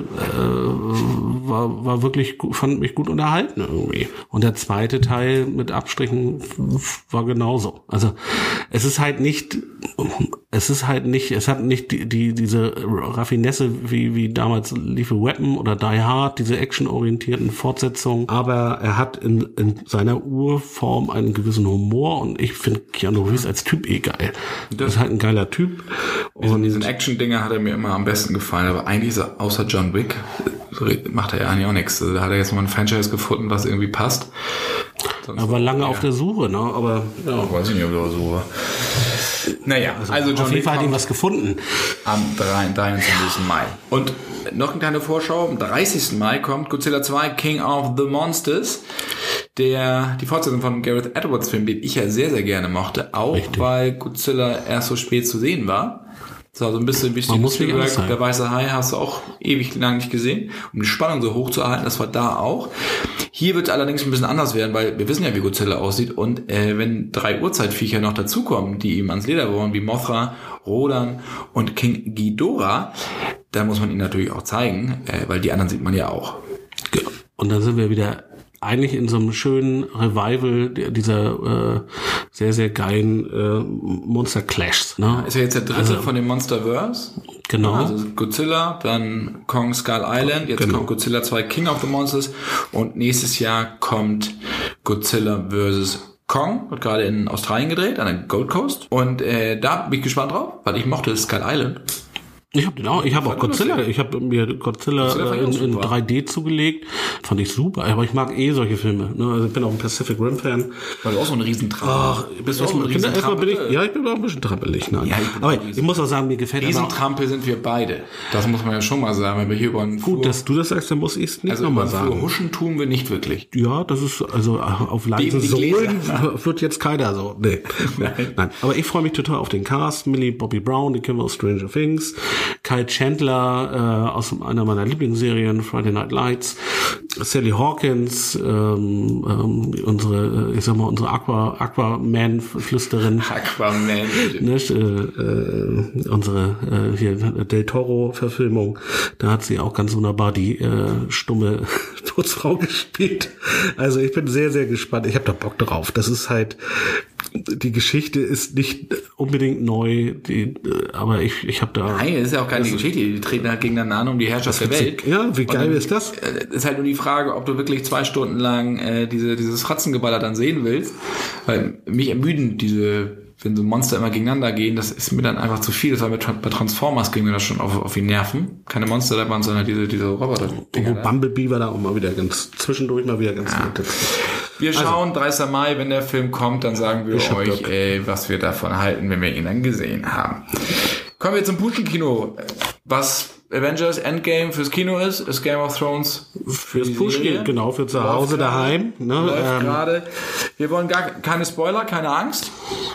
war, war wirklich, fand mich gut unterhalten irgendwie. Und der zweite Teil mit Abstrichen war genauso. Also es ist halt nicht, es ist halt nicht, es hat nicht die, die diese Raffinesse wie wie damals Lethal Weapon oder Die Hard, diese actionorientierten Fortsetzungen. Aber er hat in, in seiner Urform einen gewissen Humor und ich finde Keanu Reeves als Typ eh geil. Das ist halt ein geiler Typ. Und diesen Action-Dinger hat er mir immer am besten gefallen, aber eigentlich ist er, außer John Wick, macht er ja eigentlich auch nichts. Da hat er jetzt mal ein Franchise gefunden, was irgendwie passt. Sonst er war lange ja. auf der Suche, ne? Aber ja. Ich weiß nicht, ob er auf der Suche. Naja, also, also John auf jeden Fall hat ihn was gefunden. Am dreiundzwanzigsten Mai. Und noch eine kleine Vorschau, am dreißigsten Mai kommt Godzilla zwei King of the Monsters. Der, die Fortsetzung von Gareth Edwards Film, den ich ja sehr, sehr gerne mochte, auch Richtig. weil Godzilla erst so spät zu sehen war. So, so ein bisschen wie Man muss nicht alles Spielberg, der weiße Hai, hast du auch ewig lang nicht gesehen. Um die Spannung so hoch zu erhalten, das war da auch. Hier wird es allerdings ein bisschen anders werden, weil wir wissen ja, wie Godzilla aussieht. Und äh, wenn drei Urzeitviecher noch dazukommen, die ihm ans Leder wollen, wie Mothra, Rodan und King Ghidorah, dann muss man ihn natürlich auch zeigen, äh, weil die anderen sieht man ja auch. Und dann sind wir wieder eigentlich in so einem schönen Revival dieser äh, sehr, sehr geilen äh, Monster Clashs. Ne? Ist ja jetzt der dritte also, von dem Monsterverse. Genau. Also Godzilla, dann Kong Skull Island, jetzt genau. kommt Godzilla zwei King of the Monsters und nächstes Jahr kommt Godzilla versus. Kong, wird gerade in Australien gedreht, an der Gold Coast. Und äh, da bin ich gespannt drauf, weil ich mochte Skull Island. Ich habe auch, ich habe auch Godzilla, ich habe mir Godzilla, Godzilla in, in drei D zugelegt, fand ich super, aber ich mag eh solche Filme, ne? Also ich bin auch ein Pacific Rim Fan. Weil du auch so ein Riesentrampel. Ach, bist du auch so ein Riesentrampel? Ich, ja, ich bin auch ein bisschen trampelig, nein. Ja, ich aber ich muss auch sagen, mir gefällt das auch. Riesentrampel sind wir beide. Das muss man ja schon mal sagen, wenn wir hier über einen Flur... Gut, dass du das sagst, dann muss ich es nicht also nochmal sagen. Also huschen tun wir nicht wirklich. Ja, das ist, also auf leisen Sohlen wird jetzt keiner so. Nee. Nein. Nein. Aber ich freue mich total auf den Cast. Millie Bobby Brown, die kennen wir aus Stranger Things. Kyle Chandler, Äh, aus einer meiner Lieblingsserien, Friday Night Lights, Sally Hawkins, ähm, ähm, unsere, ich sag mal, unsere Aqua, Aquaman-Flüsterin. Aquaman. Nicht, äh, äh, unsere äh, hier Del Toro-Verfilmung, da hat sie auch ganz wunderbar die äh, stumme Putzfrau gespielt. Also ich bin sehr, sehr gespannt. Ich habe da Bock drauf. Das ist halt, die Geschichte ist nicht unbedingt neu, die, aber ich, ich habe da... Nein, das ist ja auch keine also, Geschichte. Die treten halt gegeneinander an um die Herrschaft der Welt. Ja, wie geil dann, ist das? Ist halt nur die Frage, ob du wirklich zwei Stunden lang äh, diese dieses Fratzengeballer dann sehen willst. Weil mich ermüden diese, wenn so Monster immer gegeneinander gehen, das ist mir dann einfach zu viel. Das war mit, bei Transformers ging mir das schon auf, auf die Nerven. Keine Monster da waren, sondern diese, diese Roboter. Wo Bumblebee war da auch mal wieder ganz, zwischendurch mal wieder ganz ja. nett. Wir schauen, also, dreißigster Mai, wenn der Film kommt, dann sagen wir euch, ey, was wir davon halten, wenn wir ihn dann gesehen haben. Kommen wir zum Pushkin-Kino. Was Avengers Endgame fürs Kino ist, ist Game of Thrones fürs Pushkin, genau, für zu Hause daheim. Ne? Läuft ähm, gerade. Wir wollen gar keine Spoiler, keine Angst.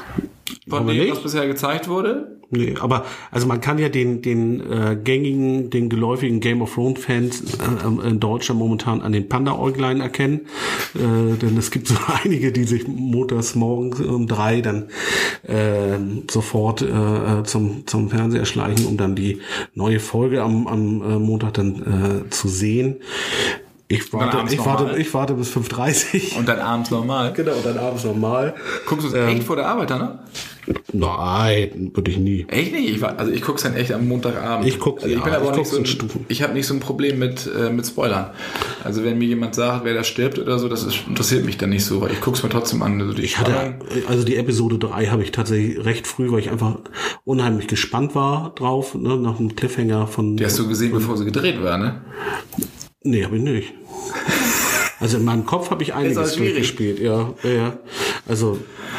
Von dem, was bisher gezeigt wurde. Nee, aber also man kann ja den den äh, gängigen, den geläufigen Game of Thrones Fans äh, in Deutschland momentan an den Panda-Äuglein erkennen, äh, denn es gibt so einige, die sich montags morgens um drei dann äh, sofort äh, zum zum Fernseher schleichen, um dann die neue Folge am am äh, Montag dann äh, zu sehen. Ich warte, ich warte, ich warte bis fünf Uhr dreißig. Und dann abends normal. Genau, und dann abends normal. Guckst du es ähm, echt vor der Arbeit, ne? Nein, würde ich nie. Echt nicht? Ich war, also ich guck's dann echt am Montagabend. Ich guck's, also ich ja, bin aber ich auch nicht so ein, ich habe nicht so ein Problem mit äh, mit Spoilern. Also wenn mir jemand sagt, wer da stirbt oder so, das ist, interessiert mich dann nicht so, weil ich guck's mir trotzdem an. Also die ich hatte, also die Episode drei habe ich tatsächlich recht früh, weil ich einfach unheimlich gespannt war drauf, ne, nach dem Cliffhanger von. Die hast du gesehen, bevor sie gedreht war, ne? Nee, habe ich nicht. Also in meinem Kopf habe ich einiges durchgespielt, ja, ja. Also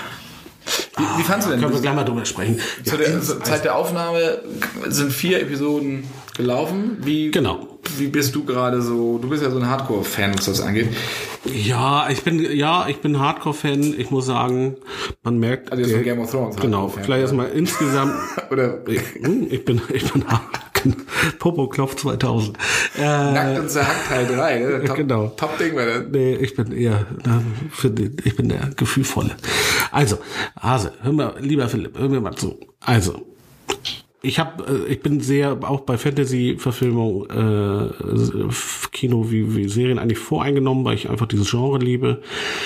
wie, wie fandst du denn? Können wir gleich mal drüber sprechen. Zu ja, der Zeit also, der Aufnahme sind vier Episoden gelaufen. Wie, genau. Wie bist du gerade so? Du bist ja so ein Hardcore-Fan, was das angeht. Ja, ich bin ja, ich bin Hardcore-Fan. Ich muss sagen, man merkt. Also jetzt von Game of Thrones. Genau. Vielleicht erstmal insgesamt. Oder ich, ich bin, ich bin Popo-Klopf zweitausend. Äh, Nackt und zerhackt Teil drei. Ne? Top, genau. Top-Ding war das. Nee, ich bin eher, für den, ich bin der Gefühlvolle. Also, Hase, hör mal, lieber Philipp, hör mir mal zu. Also, ich habe, ich bin sehr auch bei Fantasy-Verfilmung, äh, Kino wie, wie Serien eigentlich voreingenommen, weil ich einfach dieses Genre liebe.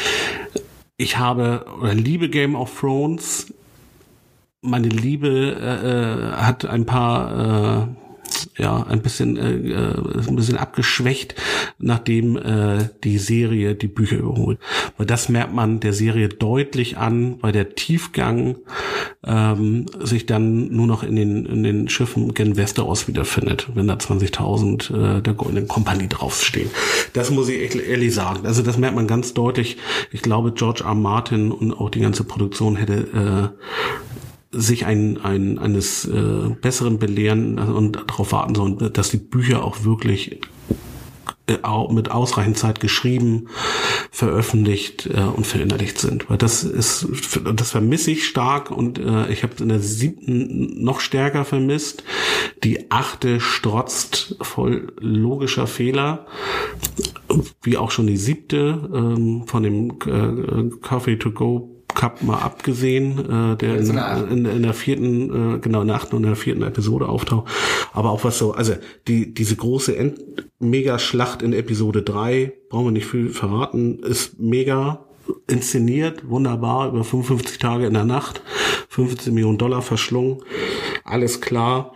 Ich habe oder liebe Game of Thrones. Meine Liebe äh, hat ein paar äh, ja ein bisschen äh, ein bisschen abgeschwächt, nachdem äh, die Serie die Bücher überholt. Weil das merkt man der Serie deutlich an, weil der Tiefgang ähm, sich dann nur noch in den in den Schiffen gen Westeros wiederfindet, wenn da zwanzigtausend äh, der Goldenen Kompanie draufstehen. Das muss ich echt ehrlich sagen. Also das merkt man ganz deutlich. Ich glaube, George R. Martin und auch die ganze Produktion hätte äh, sich ein, ein, eines äh, Besseren belehren und darauf warten sollen, dass die Bücher auch wirklich mit ausreichend Zeit geschrieben, veröffentlicht äh, und verinnerlicht sind. Weil das ist, das vermisse ich stark und äh, ich habe in der siebten noch stärker vermisst. Die achte strotzt voll logischer Fehler, wie auch schon die siebte, ähm, von dem äh, Coffee to Go Cup mal abgesehen, äh, der in, in, in der vierten, äh, genau in der achten und in der vierten Episode auftaucht. Aber auch was so, also die diese große End- Mega-Schlacht in Episode drei, brauchen wir nicht viel verraten, ist mega inszeniert, wunderbar, über fünfundfünfzig Tage in der Nacht, fünfzehn Millionen Dollar verschlungen, alles klar,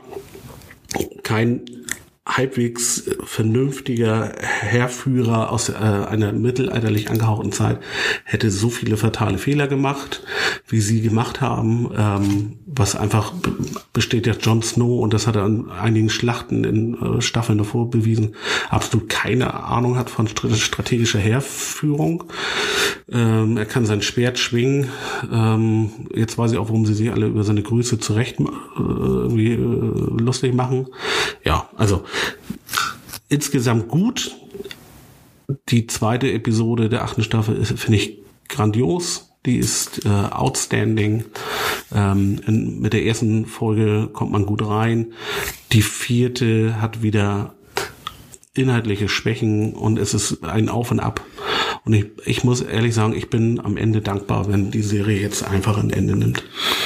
kein halbwegs vernünftiger Heerführer aus äh, einer mittelalterlich angehauchten Zeit hätte so viele fatale Fehler gemacht, wie sie gemacht haben, ähm, was einfach b- besteht ja Jon Snow, und das hat er an einigen Schlachten in äh, Staffeln davor bewiesen, absolut keine Ahnung hat von st- strategischer Heerführung. Ähm, er kann sein Schwert schwingen. Ähm, jetzt weiß ich auch, warum sie sich alle über seine Größe zurecht äh, irgendwie äh, lustig machen. Ja, also insgesamt gut. Die zweite Episode der achten Staffel finde ich grandios. Die ist äh, outstanding. Ähm, in, mit der ersten Folge kommt man gut rein. Die vierte hat wieder inhaltliche Schwächen und es ist ein Auf und Ab. Und ich, ich muss ehrlich sagen, ich bin am Ende dankbar, wenn die Serie jetzt einfach ein Ende nimmt.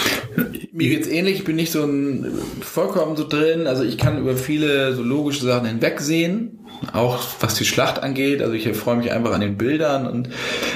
Mir geht's ähnlich, ich bin nicht so ein vollkommen so drin, also ich kann über viele so logische Sachen hinwegsehen, auch was die Schlacht angeht, also ich freue mich einfach an den Bildern und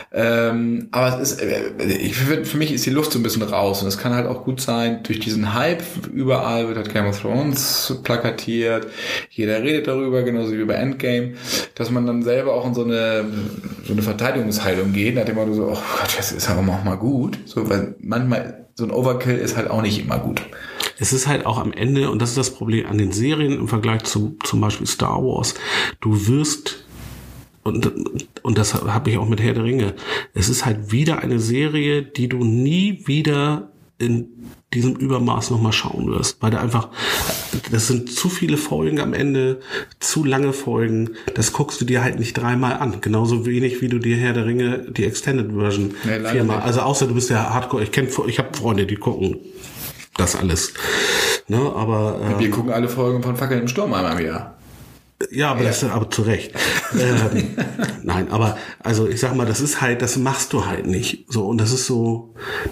ähm, aber es ist, ich, für, für mich ist die Luft so ein bisschen raus und es kann halt auch gut sein, durch diesen Hype, überall wird halt Game of Thrones plakatiert, jeder redet darüber, genauso wie bei Endgame, dass man dann selber auch in so eine so eine Verteidigungshaltung geht, nachdem man so, oh Gott, das ist aber auch mal gut, so, weil manchmal so ein Overkill ist halt auch nicht immer gut. Es ist halt auch am Ende, und das ist das Problem an den Serien im Vergleich zu zum Beispiel Star Wars, du wirst, und, und das habe ich auch mit Herr der Ringe, es ist halt wieder eine Serie, die du nie wieder in diesem Übermaß nochmal schauen wirst, weil da einfach, das sind zu viele Folgen am Ende, zu lange Folgen, das guckst du dir halt nicht dreimal an, genauso wenig wie du dir Herr der Ringe, die Extended Version, nee, viermal, also außer du bist ja Hardcore, ich kenne, ich habe Freunde, die gucken das alles, ne, aber ähm, wir gucken alle Folgen von Fackeln im Sturm einmal im Jahr. Ja, aber ja. das ist aber zu Recht. ähm, nein, aber also ich sag mal, das ist halt, das machst du halt nicht. So, und das ist so.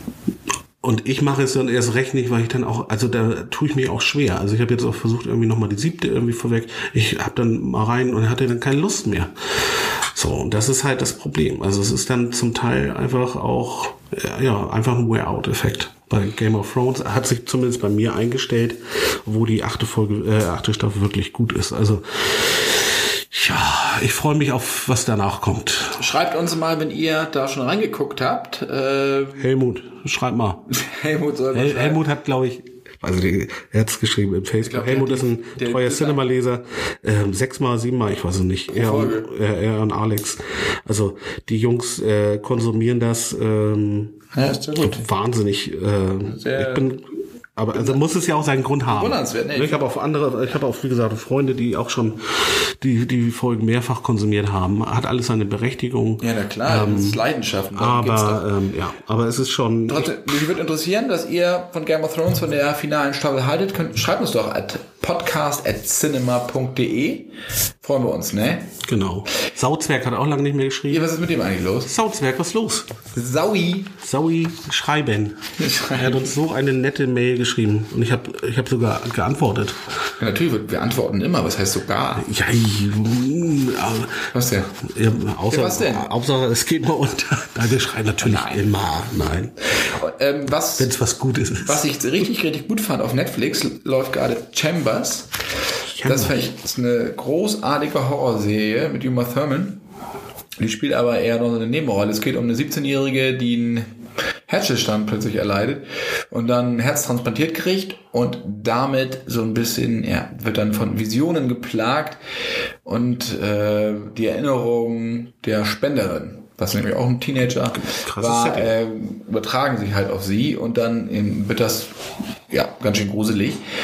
Und ich mache es dann erst recht nicht, weil ich dann auch, also da tue ich mich auch schwer. Also ich habe jetzt auch versucht, irgendwie nochmal die siebte irgendwie vorweg. Ich habe dann mal rein und hatte dann keine Lust mehr. So, und das ist halt das Problem. Also es ist dann zum Teil einfach auch, ja, einfach ein Wear-out-Effekt. Bei Game of Thrones hat sich zumindest bei mir eingestellt, wo die achte Folge, äh, achte Staffel wirklich gut ist. Also, ja, ich freue mich auf, was danach kommt. Schreibt uns mal, wenn ihr da schon reingeguckt habt. Äh, Helmut, schreibt mal. Helmut soll Hel- Helmut hat, glaube ich, also die, er hat es geschrieben im Facebook. Glaub, Helmut ist ein der, treuer Cinema-Leser. Ähm, sechsmal, siebenmal, ich weiß es nicht. Er und, äh, er und Alex. Also die Jungs äh, konsumieren das ähm, ja, ist ja gut. Wahnsinnig. Äh, ich bin Aber also muss es ja auch seinen Grund haben. Nee, ich habe auch andere, ich habe auch, wie gesagt, Freunde, die auch schon die die Folgen mehrfach konsumiert haben. Hat alles seine Berechtigung. Ja, na klar, ähm, das ist Leidenschaften. Aber ähm, ja, aber es ist schon. Trotzdem, mich würde interessieren, dass ihr von Game of Thrones, von der finalen Staffel haltet. Könnt, schreibt uns doch at podcast at cinema punkt de. Freuen wir uns, ne? Genau. Sauzwerg hat auch lange nicht mehr geschrieben. Ja, was ist mit dem eigentlich los? Sauzwerg, was ist los? Saui. Saui schreiben. Er hat uns so eine nette Mail geschrieben und ich habe ich hab sogar geantwortet. Ja, natürlich, wir antworten immer. Was heißt sogar? Ja, ja was denn? Ja, außer, ja, was denn? Hauptsache, es geht mal unter. Nein, wir schreiben natürlich nein. immer. Nein. Ähm, was, wenn es was Gutes ist. Was ich richtig, richtig gut fand auf Netflix, läuft gerade Chambers. Chambers. Das fand ich, das ist eine großartige Horrorserie mit Uma Thurman. Die spielt aber eher noch so eine Nebenrolle. Es geht um eine siebzehnjährige, die einen Herzstillstand plötzlich erleidet und dann ein Herz transplantiert kriegt und damit so ein bisschen, ja, wird dann von Visionen geplagt und äh, die Erinnerung der Spenderin, was nämlich auch ein Teenager Krasses war, äh, übertragen sich halt auf sie und dann eben wird das ja ganz schön gruselig.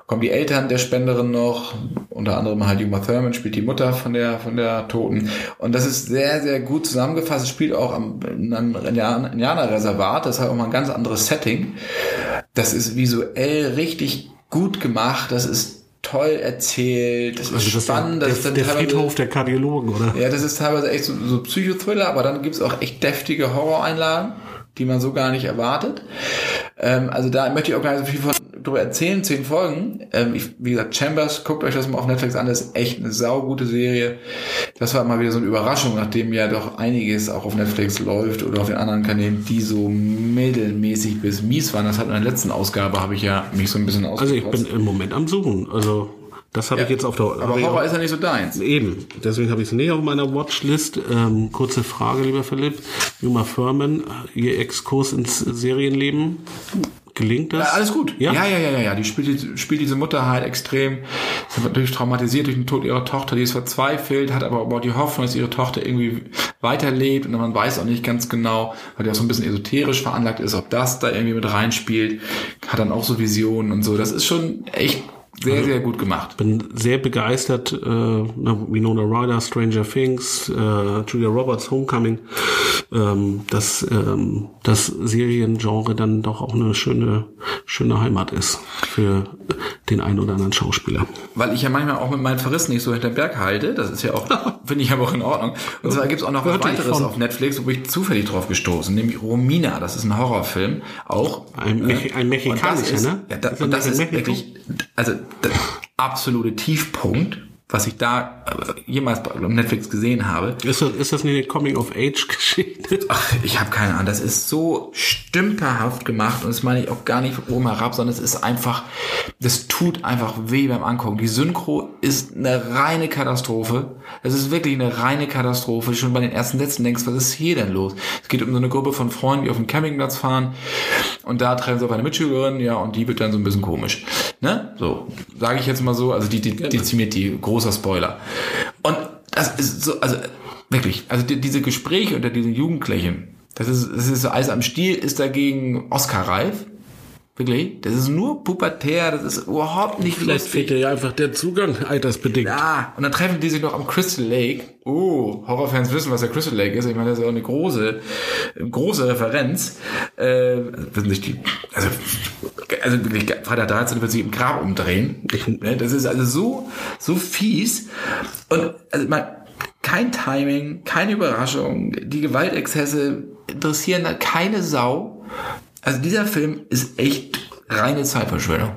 kommen die Eltern der Spenderin noch, unter anderem halt Uma Thurman spielt die Mutter von der von der Toten. Und das ist sehr, sehr gut zusammengefasst. Es spielt auch am, in einem Indianerreservat, das hat auch mal ein ganz anderes Setting. Das ist visuell richtig gut gemacht, das ist toll erzählt, das ist also das spannend. Der, das ist dann der teilweise, Friedhof der Kardiologen, oder? Ja, das ist teilweise echt so, so Psychothriller, aber dann gibt's auch echt deftige Horroreinlagen, die man so gar nicht erwartet. Ähm, also da möchte ich auch gar nicht so viel von drüber erzählen, zehn Folgen. Ähm, ich, wie gesagt, Chambers, guckt euch das mal auf Netflix an, das ist echt eine saugute Serie. Das war mal wieder so eine Überraschung, nachdem ja doch einiges auch auf Netflix läuft oder auf den anderen Kanälen, die so mittelmäßig bis mies waren. Das hat in der letzten Ausgabe, habe ich ja mich so ein bisschen ausgekotzt. Also ich bin im Moment am Suchen, also das habe ja, ich jetzt auf der... Aber Horror ist ja nicht so deins. Eben, deswegen habe ich es nicht auf meiner Watchlist. Ähm, kurze Frage, lieber Philipp. Uma Thurman, ihr Exkurs ins Serienleben, gelingt das? Ja, alles gut. Ja, ja, ja, ja, ja. ja. Die spielt, spielt diese Mutter halt extrem. Sie wird natürlich traumatisiert durch den Tod ihrer Tochter. Die ist verzweifelt, hat aber auch die Hoffnung, dass ihre Tochter irgendwie weiterlebt. Und man weiß auch nicht ganz genau, weil die auch so ein bisschen esoterisch veranlagt ist, ob das da irgendwie mit reinspielt. Hat dann auch so Visionen und so. Das ist schon echt sehr, sehr gut gemacht. Bin sehr begeistert. Äh, Winona Ryder, Stranger Things, äh, Julia Roberts, Homecoming. Ähm, dass ähm, das Seriengenre dann doch auch eine schöne, schöne Heimat ist für den einen oder anderen Schauspieler. Weil ich ja manchmal auch mit meinen Verrissen nicht so hinterm Berg halte. Das ist ja auch, finde ich aber auch in Ordnung. Und zwar gibt's auch noch was weiteres auf Netflix, wo bin ich zufällig drauf gestoßen, nämlich Romina. Das ist ein Horrorfilm. Auch. Ein, Me- ein mexikanischer, ne? Ja, da, und das ist wirklich, also, der absolute Tiefpunkt, was ich da jemals bei Netflix gesehen habe. Ist das, ist das eine Coming-of-Age-Geschichte? Ach, ich habe keine Ahnung. Das ist so stümperhaft gemacht und das meine ich auch gar nicht von oben herab, sondern es ist einfach, das tut einfach weh beim Angucken. Die Synchro ist eine reine Katastrophe. Es ist wirklich eine reine Katastrophe. Schon bei den ersten Sätzen denkst, was ist hier denn los? Es geht um so eine Gruppe von Freunden, die auf den Campingplatz fahren und da treffen sie auf eine Mitschülerin, ja, und die wird dann so ein bisschen komisch. Ne? So, sage ich jetzt mal so, also die, die dezimiert die, großer Spoiler. Und das ist so, also wirklich, also die, diese Gespräche unter diesen Jugendlichen, das ist, das ist so Eis am Stiel, ist dagegen Oscar-reif. Wirklich, das ist nur pubertär, das ist überhaupt nicht Vielleicht lustig. fehlt dir ja einfach der Zugang, altersbedingt. Ja, und dann treffen die sich noch am Crystal Lake. Oh, Horrorfans wissen, was der Crystal Lake ist. Ich meine, das ist ja auch eine große, große Referenz. Äh, wissen nicht die, also, also wirklich, Freitag dreizehn wird sich im Grab umdrehen. Das ist also so, so fies. Und, also, man, kein Timing, keine Überraschung. Die Gewaltexzesse interessieren halt keine Sau. Also dieser Film ist echt reine Zeitverschwendung.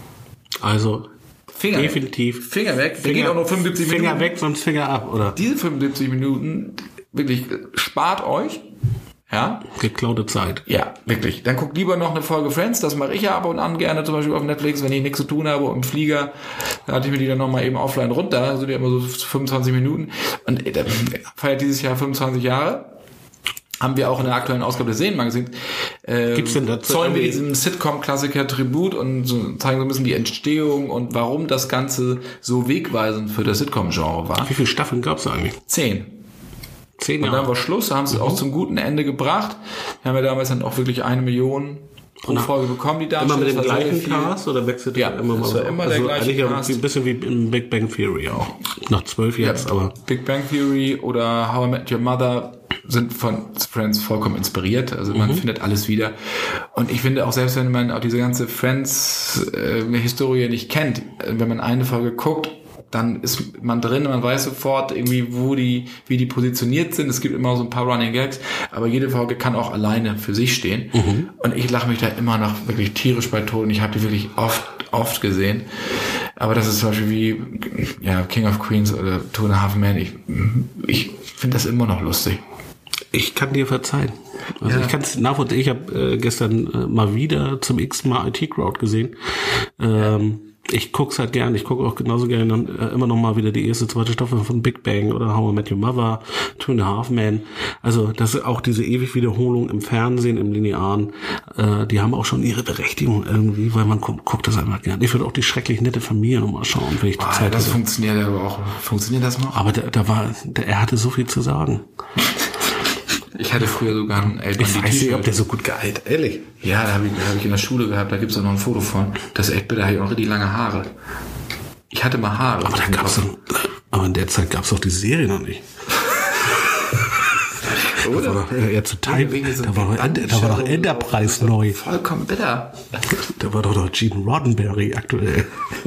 Also Finger definitiv. Weg. Finger weg. Der Finger, geht auch noch fünfundsiebzig Finger Minuten. weg, sonst Finger ab, oder? Diese fünfundsiebzig Minuten, wirklich, spart euch. Ja. Geklaute Zeit. Ja, wirklich. Dann guckt lieber noch eine Folge Friends. Das mache ich ja ab und an gerne, zum Beispiel auf Netflix, wenn ich nichts zu tun habe und im Flieger. Da hatte ich mir die dann nochmal eben offline runter. Also die immer so fünfundzwanzig Minuten. Und äh, feiert dieses Jahr fünfundzwanzig Jahre. Haben wir auch in der aktuellen Ausgabe des Serienmagazins. Äh, Gibt's denn dazu zollen wir diesem Sitcom-Klassiker Tribut und so, zeigen so ein bisschen die Entstehung und warum das Ganze so wegweisend für das Sitcom-Genre war. Wie viele Staffeln gab's eigentlich? Zehn. Zehn Und Jahre. dann war Schluss, da haben sie es Mhm. auch zum guten Ende gebracht. Wir haben ja damals dann auch wirklich eine Million pro Und Folge bekommen, die Immer Darsteller. mit dem Das war sehr gleichen viel. Cast oder wechselt Ja, er immer mal? das war immer der gleiche eigentlich ja Cast. ein bisschen wie in Big Bang Theory auch. Nach zwölf jetzt, Ja, aber. Big Bang Theory oder How I Met Your Mother sind von Friends vollkommen inspiriert. Also man Mhm. findet alles wieder. Und ich finde auch, selbst wenn man auch diese ganze Friends-Historie äh, nicht kennt, wenn man eine Folge guckt, dann ist man drin, man weiß sofort irgendwie, wo die, wie die positioniert sind. Es gibt immer so ein paar Running Gags, aber jede Folge kann auch alleine für sich stehen. Mhm. Und ich lache mich da immer noch wirklich tierisch bei Tod und ich habe die wirklich oft, oft gesehen. Aber das ist zum Beispiel wie ja, King of Queens oder Two and a Half Men. Ich, ich finde das immer noch lustig. Ich kann dir verzeihen. Also Ja. ich kann es nachvollziehen. Ich habe äh, gestern äh, mal wieder zum x-ten Mal I T-Crowd gesehen. Ähm, ich guck's halt gern. Ich gucke auch genauso gerne dann, äh, immer noch mal wieder die erste, zweite Staffel von Big Bang oder How I Met Your Mother, Two and a Half Men. Also das ist auch diese ewig Wiederholung im Fernsehen, im Linearen. Äh, die haben auch schon ihre Berechtigung irgendwie, weil man guckt, guckt das einfach gern. Ich würde auch die schrecklich nette Familie noch mal schauen, wenn ich die Ah, Zeit das hätte. funktioniert aber auch. Funktioniert das noch? Aber da, da war, da, er hatte so viel zu sagen. Ich hatte früher sogar ein El Ich weiß nicht, Bandit-T-Shirt. ob der so gut gehalten, ehrlich. Ja, da habe ich, hab ich in der Schule gehabt, da gibt's auch noch ein Foto von. Das ist echt bitter, da hatte ich auch richtig lange Haare. Ich hatte mal Haare. Aber, da gab's doch, aber in der Zeit gab es doch die Serie noch nicht. Oder? Da war doch eher zu Time, da war doch, Ende, da war doch Enterprise neu. Vollkommen bitter. Da war doch noch Gene Roddenberry aktuell.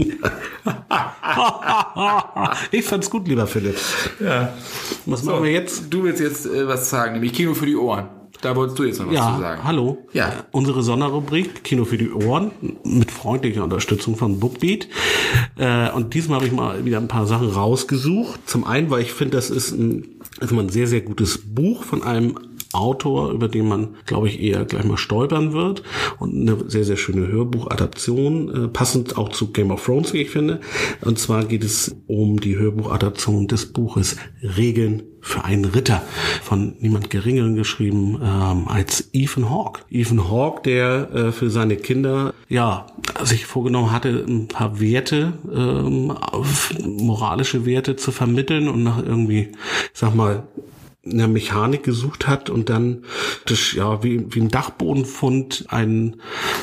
Ich fand's gut, lieber Philipp. Ja. Was machen wir jetzt? Du willst jetzt äh, was sagen, nämlich Kino für die Ohren. Da wolltest du jetzt noch was Ja, zu sagen. hallo. Ja. Unsere Sonderrubrik Kino für die Ohren mit freundlicher Unterstützung von Bookbeat. Äh, und diesmal habe ich mal wieder ein paar Sachen rausgesucht. Zum einen, weil ich finde, das ist ein, ist mal ein sehr, sehr gutes Buch von einem Autor, über den man, glaube ich, eher gleich mal stolpern wird. Und eine sehr, sehr schöne Hörbuchadaption, äh, passend auch zu Game of Thrones, wie ich finde. Und zwar geht es um die Hörbuchadaption des Buches Regeln für einen Ritter, von niemand Geringeren geschrieben ähm, als Ethan Hawke. Ethan Hawke, der äh, für seine Kinder ja sich vorgenommen hatte, ein paar Werte, ähm, moralische Werte zu vermitteln und nach irgendwie, ich sag mal, eine Mechanik gesucht hat und dann das, ja wie wie ein Dachbodenfund ein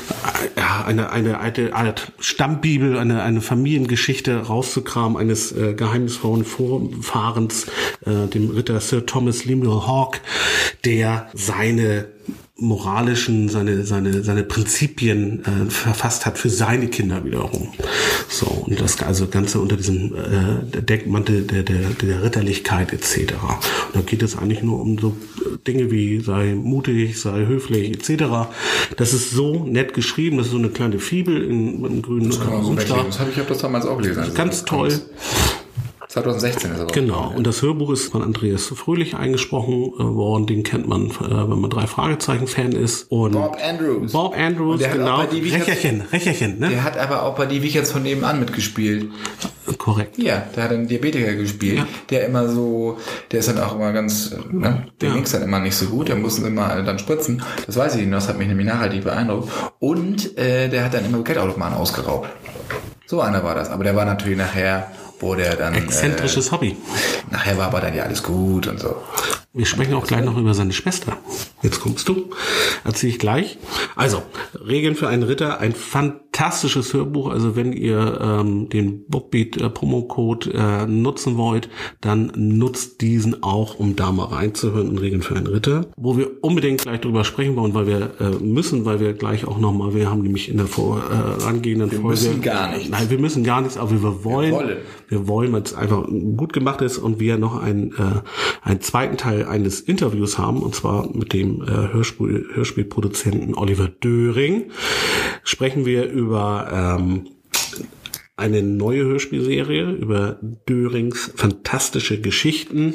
ja eine eine alte Art Stammbibel, eine eine Familiengeschichte rauszukramen eines äh, geheimnisvollen Vorfahrens, äh, dem Ritter Sir Thomas Lemuel Hawke, der seine moralischen, seine seine seine Prinzipien äh, verfasst hat für seine Kinder wiederum. So, und das also Ganze unter diesem äh, Deckmantel der der der Ritterlichkeit et cetera. Und da geht es eigentlich nur um so Dinge wie sei mutig, sei höflich et cetera. Das ist so nett geschrieben, das ist so eine kleine Fibel in, in grünen Das kann man so Umschlag. weglegen. Das habe ich hab das damals auch gelesen. Also Ganz toll. zwanzig sechzehn ist aber. Genau, und das Hörbuch ist von Andreas Fröhlich eingesprochen äh, worden. Den kennt man, äh, wenn man drei Fragezeichen-Fan ist. Und Bob Andrews. Bob Andrews, Und der hat genau. auch bei die Wiechers- Recherchen, Recherchen, ne? Der hat aber auch bei die Wiechers von nebenan mitgespielt. Korrekt. Ja, der hat einen Diabetiker gespielt, Ja. der immer so, der ist dann auch immer ganz, ne, der Ja. ging's dann immer nicht so gut, der mussten sie immer dann spritzen. Das weiß ich nicht, das hat mich nämlich nachhaltig beeindruckt. Und äh, der hat dann immer Geldautomaten ausgeraubt. So einer war das, aber der war natürlich nachher, wo der dann... Exzentrisches äh, Hobby. Nachher war aber dann ja alles gut und so. Wir sprechen auch gleich noch über seine Schwester. Jetzt kommst du. Erzähl ich gleich. Also, Regeln für einen Ritter, ein fantastisches Hörbuch. Also wenn ihr ähm, den Bookbeat äh, Promocode äh, nutzen wollt, dann nutzt diesen auch, um da mal reinzuhören in Regeln für einen Ritter. Wo wir unbedingt gleich drüber sprechen wollen, weil wir äh, müssen, weil wir gleich auch nochmal, wir haben nämlich in der vorangehenden äh, Folge... Wir müssen gar nichts. Nein, wir müssen gar nichts, aber wir wollen... Wir wollen. Wir wollen, weil es einfach gut gemacht ist und wir noch einen, äh, einen zweiten Teil eines Interviews haben, und zwar mit dem äh, Hörspiel, Hörspielproduzenten Oliver Döring, sprechen wir über ähm, eine neue Hörspielserie, über Dörings fantastische Geschichten.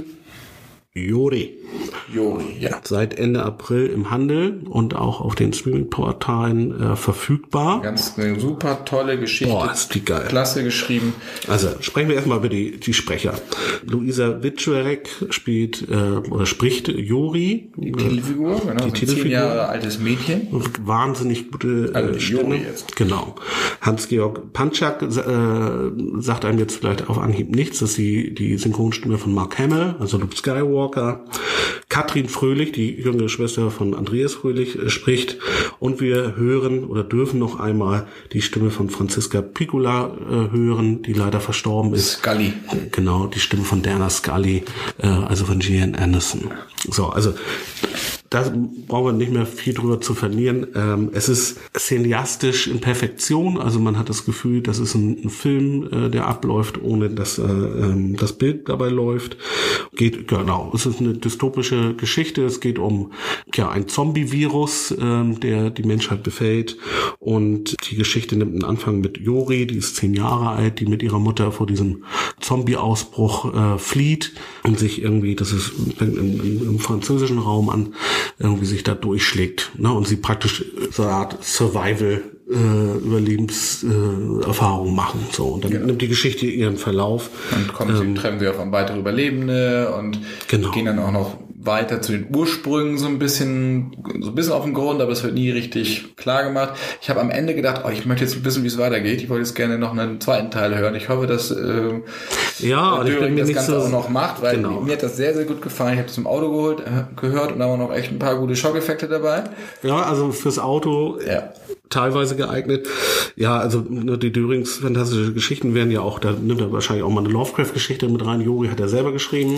Jori. Jori, ja. Seit Ende April im Handel und auch auf den Streaming-Portalen äh, verfügbar. Ganz eine super tolle Geschichte. Boah, ist die geil. Klasse geschrieben. Also sprechen wir erstmal über die, die Sprecher. Luisa Wiczorek spielt äh, oder spricht Jori. Die Titelfigur, genau. Die so ein Titelfigur. zehn Jahre altes Mädchen. Wahnsinnig gute äh, Also Stimme. Jori jetzt. Genau. Hans-Georg Panczak äh, sagt einem jetzt vielleicht auf Anhieb nichts. Das ist die, die Synchronstimme von Mark Hamill, also Luke Skywalker. Katrin Fröhlich, die jüngere Schwester von Andreas Fröhlich, äh, spricht. Und wir hören oder dürfen noch einmal die Stimme von Franziska Piccola äh, hören, die leider verstorben ist. Scully. Genau, die Stimme von Dana Scully, äh, also von Gillian Anderson. So, also da brauchen wir nicht mehr viel drüber zu verlieren. Ähm, es ist cineastisch in Perfektion, also man hat das Gefühl, das ist ein, ein Film, äh, der abläuft, ohne dass äh, ähm, das Bild dabei läuft. Geht, genau, es ist eine dystopische Geschichte, es geht um ja ein Zombie-Virus, ähm, der die Menschheit befällt, und die Geschichte nimmt einen Anfang mit Jori, die ist zehn Jahre alt, die mit ihrer Mutter vor diesem Zombie-Ausbruch äh, flieht und sich irgendwie, das ist im, im, im französischen Raum an, irgendwie sich da durchschlägt, ne, und sie praktisch so eine Art Survival äh, Überlebenserfahrung äh, machen, so, und dann ja. nimmt die Geschichte ihren Verlauf. Und kommen ähm, sie, treffen sie auf ein weitere Überlebende und genau. gehen dann auch noch weiter zu den Ursprüngen so ein bisschen, so ein bisschen auf den Grund, aber es wird nie richtig klar gemacht. Ich habe am Ende gedacht, oh, ich möchte jetzt wissen, wie es weitergeht. Ich wollte jetzt gerne noch einen zweiten Teil hören. Ich hoffe, dass äh, ja, und ich bin mir das nicht Ganze so, auch noch macht, weil genau. mir hat das sehr, sehr gut gefallen. Ich habe das im Auto geholt, äh, gehört und da waren noch echt ein paar gute Schockeffekte dabei. Ja, also fürs Auto Ja. teilweise geeignet. Ja, also die Dörings fantastische Geschichten werden ja auch, da nimmt er wahrscheinlich auch mal eine Lovecraft-Geschichte mit rein. Juri hat er selber geschrieben.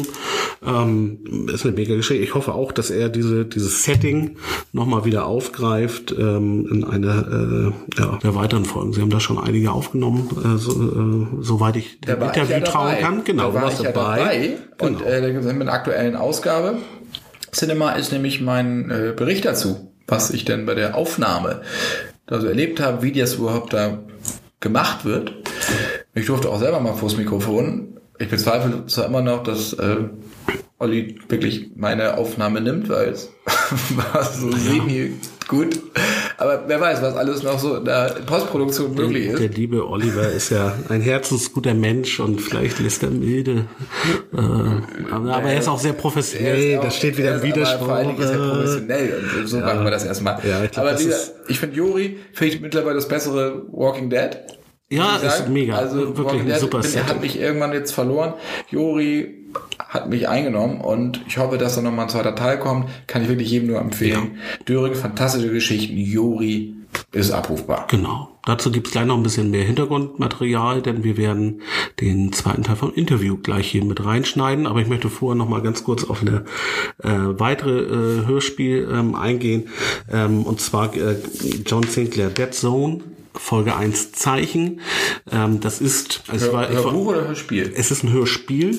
Ähm, ist eine mega Geschichte. Ich hoffe auch, dass er diese dieses Setting nochmal wieder aufgreift ähm, in einer äh, ja, der weiteren Folgen. Sie haben da schon einige aufgenommen, äh, so, äh, soweit ich dem Interview ja trauen kann. Genau, da war ich ja dabei. dabei. Genau. Und äh, da gibt es mit einer aktuellen Ausgabe. Cinema ist nämlich mein äh, Bericht dazu, was ich denn bei der Aufnahme da so erlebt habe, wie das überhaupt da gemacht wird. Ich durfte auch selber mal vors Mikrofon. Ich bezweifle zwar immer noch, dass äh, Olli wirklich meine Aufnahme nimmt, weil es war so semi gut. Aber wer weiß, was alles noch so in der Postproduktion möglich ist. Der liebe Oliver ist ja ein herzensguter Mensch und vielleicht lässt er milde. Äh, aber er ist auch sehr professionell. Das steht wieder im Widerspruch. Vor allen Dingen ist er professionell und so ja. machen wir das erstmal. Ja, ich glaub, aber wieder, ich finde Juri, finde ich mittlerweile das bessere Walking Dead. Ja, ist mega. Also wirklich ein super Set. Er hat mich irgendwann jetzt verloren. Juri hat mich eingenommen und ich hoffe, dass da nochmal ein zweiter Teil kommt. Kann ich wirklich jedem nur empfehlen. Ja. Döring, fantastische Geschichten. Juri ist abrufbar. Genau. Dazu gibt's gleich noch ein bisschen mehr Hintergrundmaterial, denn wir werden den zweiten Teil vom Interview gleich hier mit reinschneiden. Aber ich möchte vorher noch mal ganz kurz auf eine äh, weitere äh, Hörspiel ähm, eingehen. Ähm, und zwar äh, John Sinclair Dead Zone. Folge eins Zeichen. Ähm, das ist... Also Hör, war, Hörbuch war, oder Hörspiel? Es ist ein Hörspiel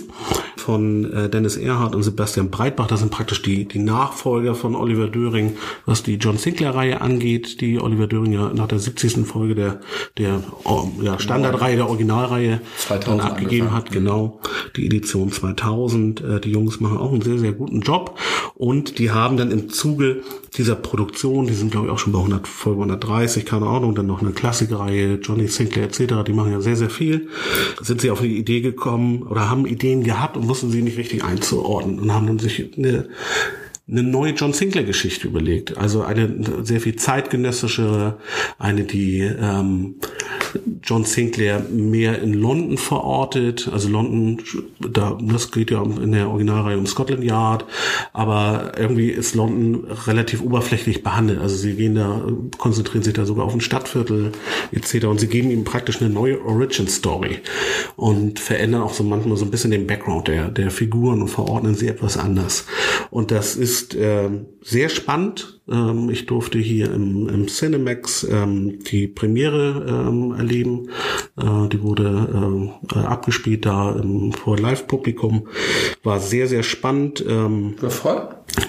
von äh, Dennis Erhardt und Sebastian Breitbach. Das sind praktisch die die Nachfolger von Oliver Döring, was die John Sinclair-Reihe angeht, die Oliver Döring ja nach der siebzigsten Folge der der oh, ja, Standardreihe, der Originalreihe dann abgegeben hat. Genau, die Edition zweitausend. Äh, die Jungs machen auch einen sehr, sehr guten Job. Und die haben dann im Zuge dieser Produktion, die sind glaube ich auch schon bei hundert, Folge hundertdreißig, keine Ahnung, dann noch eine Klassikreihe, Johnny Sinclair et cetera, die machen ja sehr, sehr viel, sind sie auf eine Idee gekommen oder haben Ideen gehabt und wussten sie nicht richtig einzuordnen und haben dann sich eine eine neue John Sinclair-Geschichte überlegt. Also eine sehr viel zeitgenössischere, eine, die ähm, John Sinclair mehr in London verortet. Also London, da das geht ja in der Originalreihe um Scotland Yard, aber irgendwie ist London relativ oberflächlich behandelt. Also sie gehen da, konzentrieren sich da sogar auf ein Stadtviertel et cetera. Und sie geben ihm praktisch eine neue Origin-Story und verändern auch so manchmal so ein bisschen den Background der, der Figuren und verordnen sie etwas anders. Und das ist ist äh, sehr spannend. Ähm, ich durfte hier im, im Cinemax ähm, die Premiere ähm, erleben. Äh, die wurde äh, abgespielt da im, vor Live-Publikum. War sehr, sehr spannend. Ähm, War voll?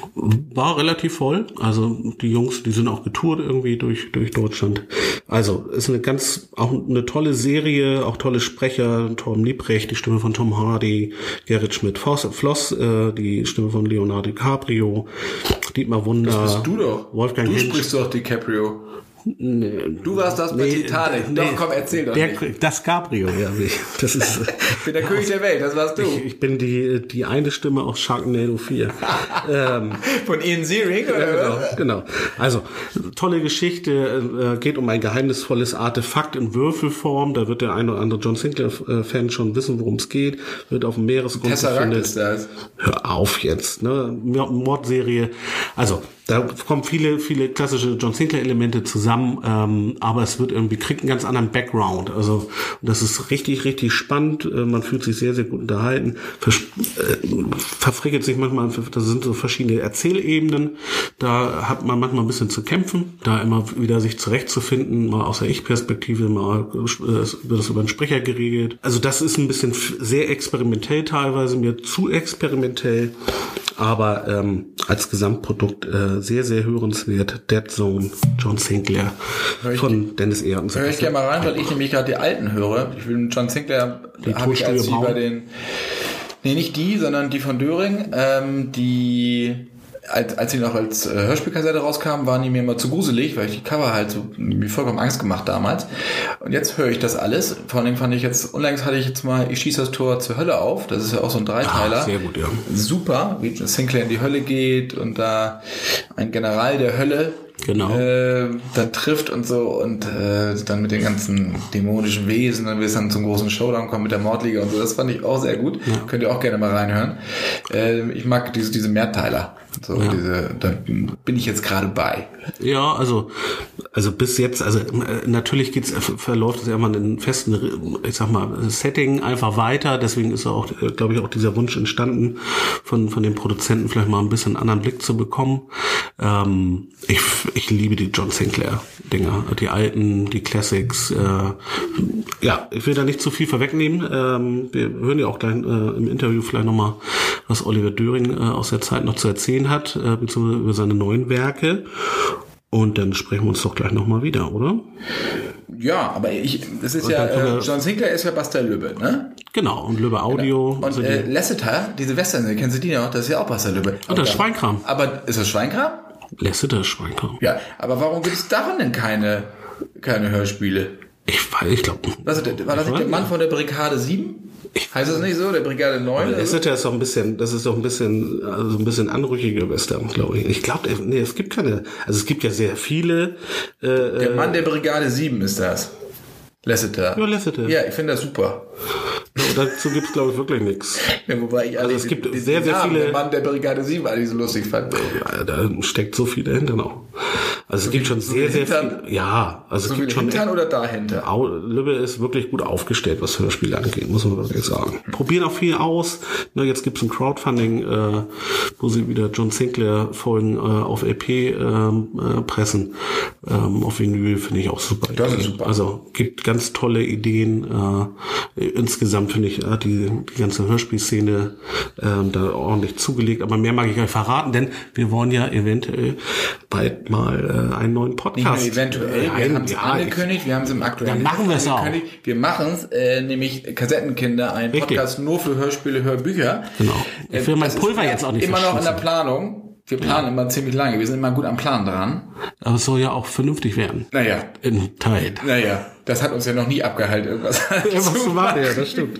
War relativ voll. Also die Jungs, die sind auch getourt irgendwie durch durch Deutschland. Also ist eine ganz, auch eine tolle Serie, auch tolle Sprecher. Torben Liebrecht, die Stimme von Tom Hardy, Gerrit Schmidt-Floss, äh, die Stimme von Leonardo DiCaprio, Dietmar Wunder. Das bist du doch. Wolfgang Du Hinsch. sprichst doch DiCaprio. Nee, du warst das bei nee, Titanic. Nee, doch, komm, erzähl doch der, nicht. Das Cabrio, ja. Das ist, ich bin der König der Welt, das warst du. Ich, ich bin die die eine Stimme aus Sharknado vier. ähm, Von Ian Ziering, oder? Ja, genau, genau. Also, tolle Geschichte, äh, geht um ein geheimnisvolles Artefakt in Würfelform. Da wird der ein oder andere John Sinclair-Fan schon wissen, worum es geht. Wird auf dem Meeresgrund Tesseract gefunden. ist das. Hör auf jetzt, ne? Mordserie. Also, da kommen viele, viele klassische John Sinclair-Elemente zusammen, ähm, aber es wird irgendwie, kriegt einen ganz anderen Background. Also, das ist richtig, richtig spannend. Äh, man fühlt sich sehr, sehr gut unterhalten. Vers äh, verfrickelt sich manchmal, das sind so verschiedene Erzählebenen. Da hat man manchmal ein bisschen zu kämpfen, da immer wieder sich zurechtzufinden, mal aus der Ich-Perspektive, mal äh, wird das über einen Sprecher geregelt. Also, das ist ein bisschen sehr experimentell teilweise, mir zu experimentell, aber ähm, als Gesamtprodukt äh, sehr, sehr hörenswert. Dead Zone, John Sinclair von Dennis Erhardt. Hör ich gerne mal rein, weil ich nämlich gerade die alten höre. Ich will John Sinclair, habe ich als die bei den, nee, nicht die, sondern die von Döring, ähm, die, als, als sie noch als äh, Hörspielkassette rauskamen, waren die mir immer zu gruselig, weil ich die Cover halt so, mir vollkommen Angst gemacht damals. Und jetzt höre ich das alles. Vor allem fand ich jetzt, unlängst hatte ich jetzt mal, ich schieße das Tor zur Hölle auf. Das ist ja auch so ein Dreiteiler. Ach, sehr gut, ja. Super, wie Sinclair in die Hölle geht und da ein General der Hölle Genau. äh, da trifft und so und äh, dann mit den ganzen dämonischen Wesen, dann wir es dann zum großen Showdown kommen mit der Mordliga und so. Das fand ich auch sehr gut. Ja. Könnt ihr auch gerne mal reinhören. Äh, ich mag diese, diese Mehrteiler. So, ja. diese, da bin ich jetzt gerade bei. Ja, also, also bis jetzt, also natürlich geht's, verläuft es ja immer in einem festen, ich sag mal, Setting einfach weiter. Deswegen ist auch, glaube ich, auch dieser Wunsch entstanden, von von den Produzenten vielleicht mal ein bisschen einen anderen Blick zu bekommen. Ähm, ich ich liebe die John Sinclair Dinger, die alten, die Classics. Äh, ja, ich will da nicht zu viel vorwegnehmen. Ähm, wir hören ja auch gleich äh, im Interview vielleicht nochmal, was Oliver Döring äh, aus der Zeit noch zu erzählen hat, äh, beziehungsweise über seine neuen Werke. Und dann sprechen wir uns doch gleich nochmal wieder, oder? Ja, aber ich, das ist und ja, äh, John Sinclair ist ja Buster Lübbe, ne? Genau, und Lübbe Audio. Genau. Und äh, Lasseter, diese Western, kennst du die noch? Das ist ja auch Buster Lübbe. Und das Schweinkram. Aber ist das Schweinkram? Lasseter Schweinkram. Ja, aber warum gibt es davon denn keine, keine Hörspiele? Ich weiß, ich glaube. Was, war das nicht der Mann von der Brigade sieben? Heißt das nicht so, der Brigade neun? Lasseter ist doch ein bisschen, das ist doch ein bisschen, also ein bisschen anrüchiger Western, glaube ich. Ich glaube, nee, es gibt keine, also es gibt ja sehr viele. Äh, der Mann der Brigade sieben ist das. Lasseter. Ja, Lasseter. Ja, ich finde das super. Dazu gibt's glaube ich wirklich nichts. Ja, wobei ich also es gibt den, sehr, sehr Namen, viele. Der Mann der Brigade sieben eigentlich so lustig fand. Ja, da steckt so viel dahinter noch. Also so es gibt schon so sehr, sehr viel. Ja, also so es gibt schon. Hintern oder dahinter? Lübbe ist wirklich gut aufgestellt, was Hörspiele angeht, muss man wirklich sagen. Probieren auch viel aus. Na, jetzt gibt's ein Crowdfunding, äh, wo sie wieder John Sinclair Folgen äh, auf L P ähm, äh, pressen. Ähm, auf Vinyl finde ich auch super. Das ist super. Also gibt ganz tolle Ideen. Äh, insgesamt finde ich äh, die, die ganze Hörspielszene äh, da ordentlich zugelegt. Aber mehr mag ich euch verraten, denn wir wollen ja eventuell bald mal äh, einen neuen Podcast. Nicht nur eventuell, wir haben es ja, angekündigt, wir haben es im aktuellen. Dann machen wir es auch. Wir machen es, äh, nämlich Kassettenkinder, ein Richtig. Podcast nur für Hörspiele, Hörbücher. Genau. Ich will äh, mein Pulver jetzt auch nicht immer noch in der Planung. Wir planen ja. immer ziemlich lange. Wir sind immer gut am Plan dran. Aber es soll ja auch vernünftig werden. Naja. In Teilen. Naja. Das hat uns ja noch nie abgehalten, irgendwas ja, zu machen. Ja, das stimmt.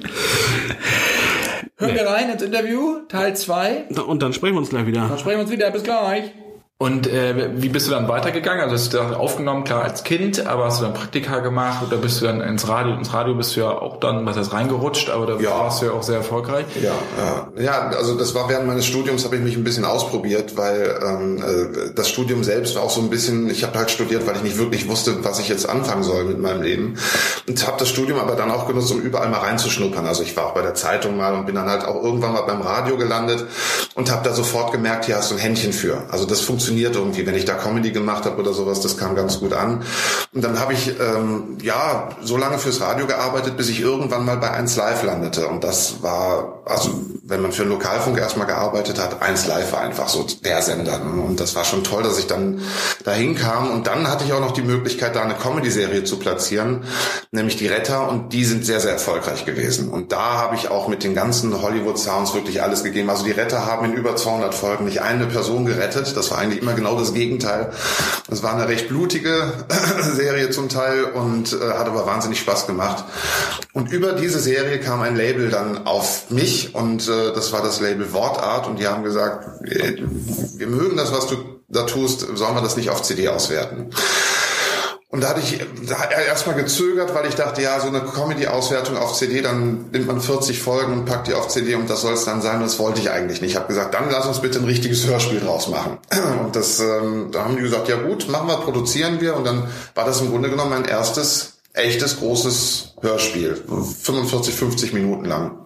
Hören wir rein ins Interview, Teil zwei. Und dann sprechen wir uns gleich wieder. Dann sprechen wir uns wieder. Bis gleich. Und äh, wie bist du dann weitergegangen? Also hast du dann aufgenommen, klar als Kind, aber hast du dann Praktika gemacht oder bist du dann ins Radio? Ins Radio bist du ja auch dann, was heißt, reingerutscht, aber da ja. warst du ja auch sehr erfolgreich. Ja, ja, ja, also das war während meines Studiums, habe ich mich ein bisschen ausprobiert, weil ähm, äh, das Studium selbst war auch so ein bisschen, ich habe halt studiert, weil ich nicht wirklich wusste, was ich jetzt anfangen soll mit meinem Leben. Und habe das Studium aber dann auch genutzt, um überall mal reinzuschnuppern. Also ich war auch bei der Zeitung mal und bin dann halt auch irgendwann mal beim Radio gelandet und habe da sofort gemerkt, hier hast du ein Händchen für. Also das funktioniert irgendwie, wenn ich da Comedy gemacht habe oder sowas, das kam ganz gut an. Und dann habe ich ähm, ja so lange fürs Radio gearbeitet, bis ich irgendwann mal bei eins Live landete. Und das war, also wenn man für den Lokalfunk erstmal gearbeitet hat, eins Live war einfach so der Sender. Und das war schon toll, dass ich dann dahin kam. Und dann hatte ich auch noch die Möglichkeit, da eine Comedy-Serie zu platzieren, nämlich die Retter. Und die sind sehr, sehr erfolgreich gewesen. Und da habe ich auch mit den ganzen Hollywood-Sounds wirklich alles gegeben. Also die Retter haben in über zweihundert Folgen nicht eine Person gerettet. Das war eigentlich immer genau das Gegenteil. Es war eine recht blutige Serie zum Teil und äh, hat aber wahnsinnig Spaß gemacht. Und über diese Serie kam ein Label dann auf mich und äh, das war das Label Wortart und die haben gesagt, wir, wir mögen das, was du da tust, sollen wir das nicht auf C D auswerten? Und da hatte ich da erstmal gezögert, weil ich dachte, ja, so eine Comedy-Auswertung auf C D, dann nimmt man vierzig Folgen und packt die auf C D und das soll es dann sein. Und das wollte ich eigentlich nicht. Ich habe gesagt, dann lass uns bitte ein richtiges Hörspiel draus machen. Und das, ähm, da haben die gesagt, ja gut, machen wir, produzieren wir. Und dann war das im Grunde genommen mein erstes, echtes, großes Hörspiel. fünfundvierzig, fünfzig Minuten lang.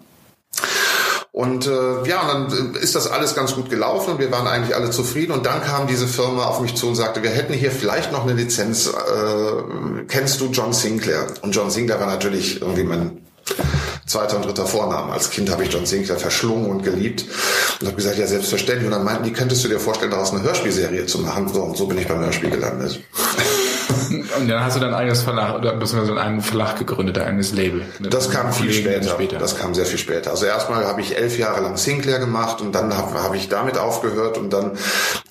Und äh, ja, und dann ist das alles ganz gut gelaufen und wir waren eigentlich alle zufrieden. Und dann kam diese Firma auf mich zu und sagte, wir hätten hier vielleicht noch eine Lizenz. Äh, kennst du John Sinclair? Und John Sinclair war natürlich irgendwie mein zweiter und dritter Vorname. Als Kind habe ich John Sinclair verschlungen und geliebt und habe gesagt, ja, selbstverständlich. Und dann meinten die, könntest du dir vorstellen, daraus eine Hörspielserie zu machen? So, und so bin ich beim Hörspiel gelandet. Und dann hast du dein eigenes Verlag oder beziehungsweise einen Verlag gegründet, dein eigenes Label. Das kam viel später. später. Das kam sehr viel später. Also erstmal habe ich elf Jahre lang Sinclair gemacht und dann habe hab ich damit aufgehört und dann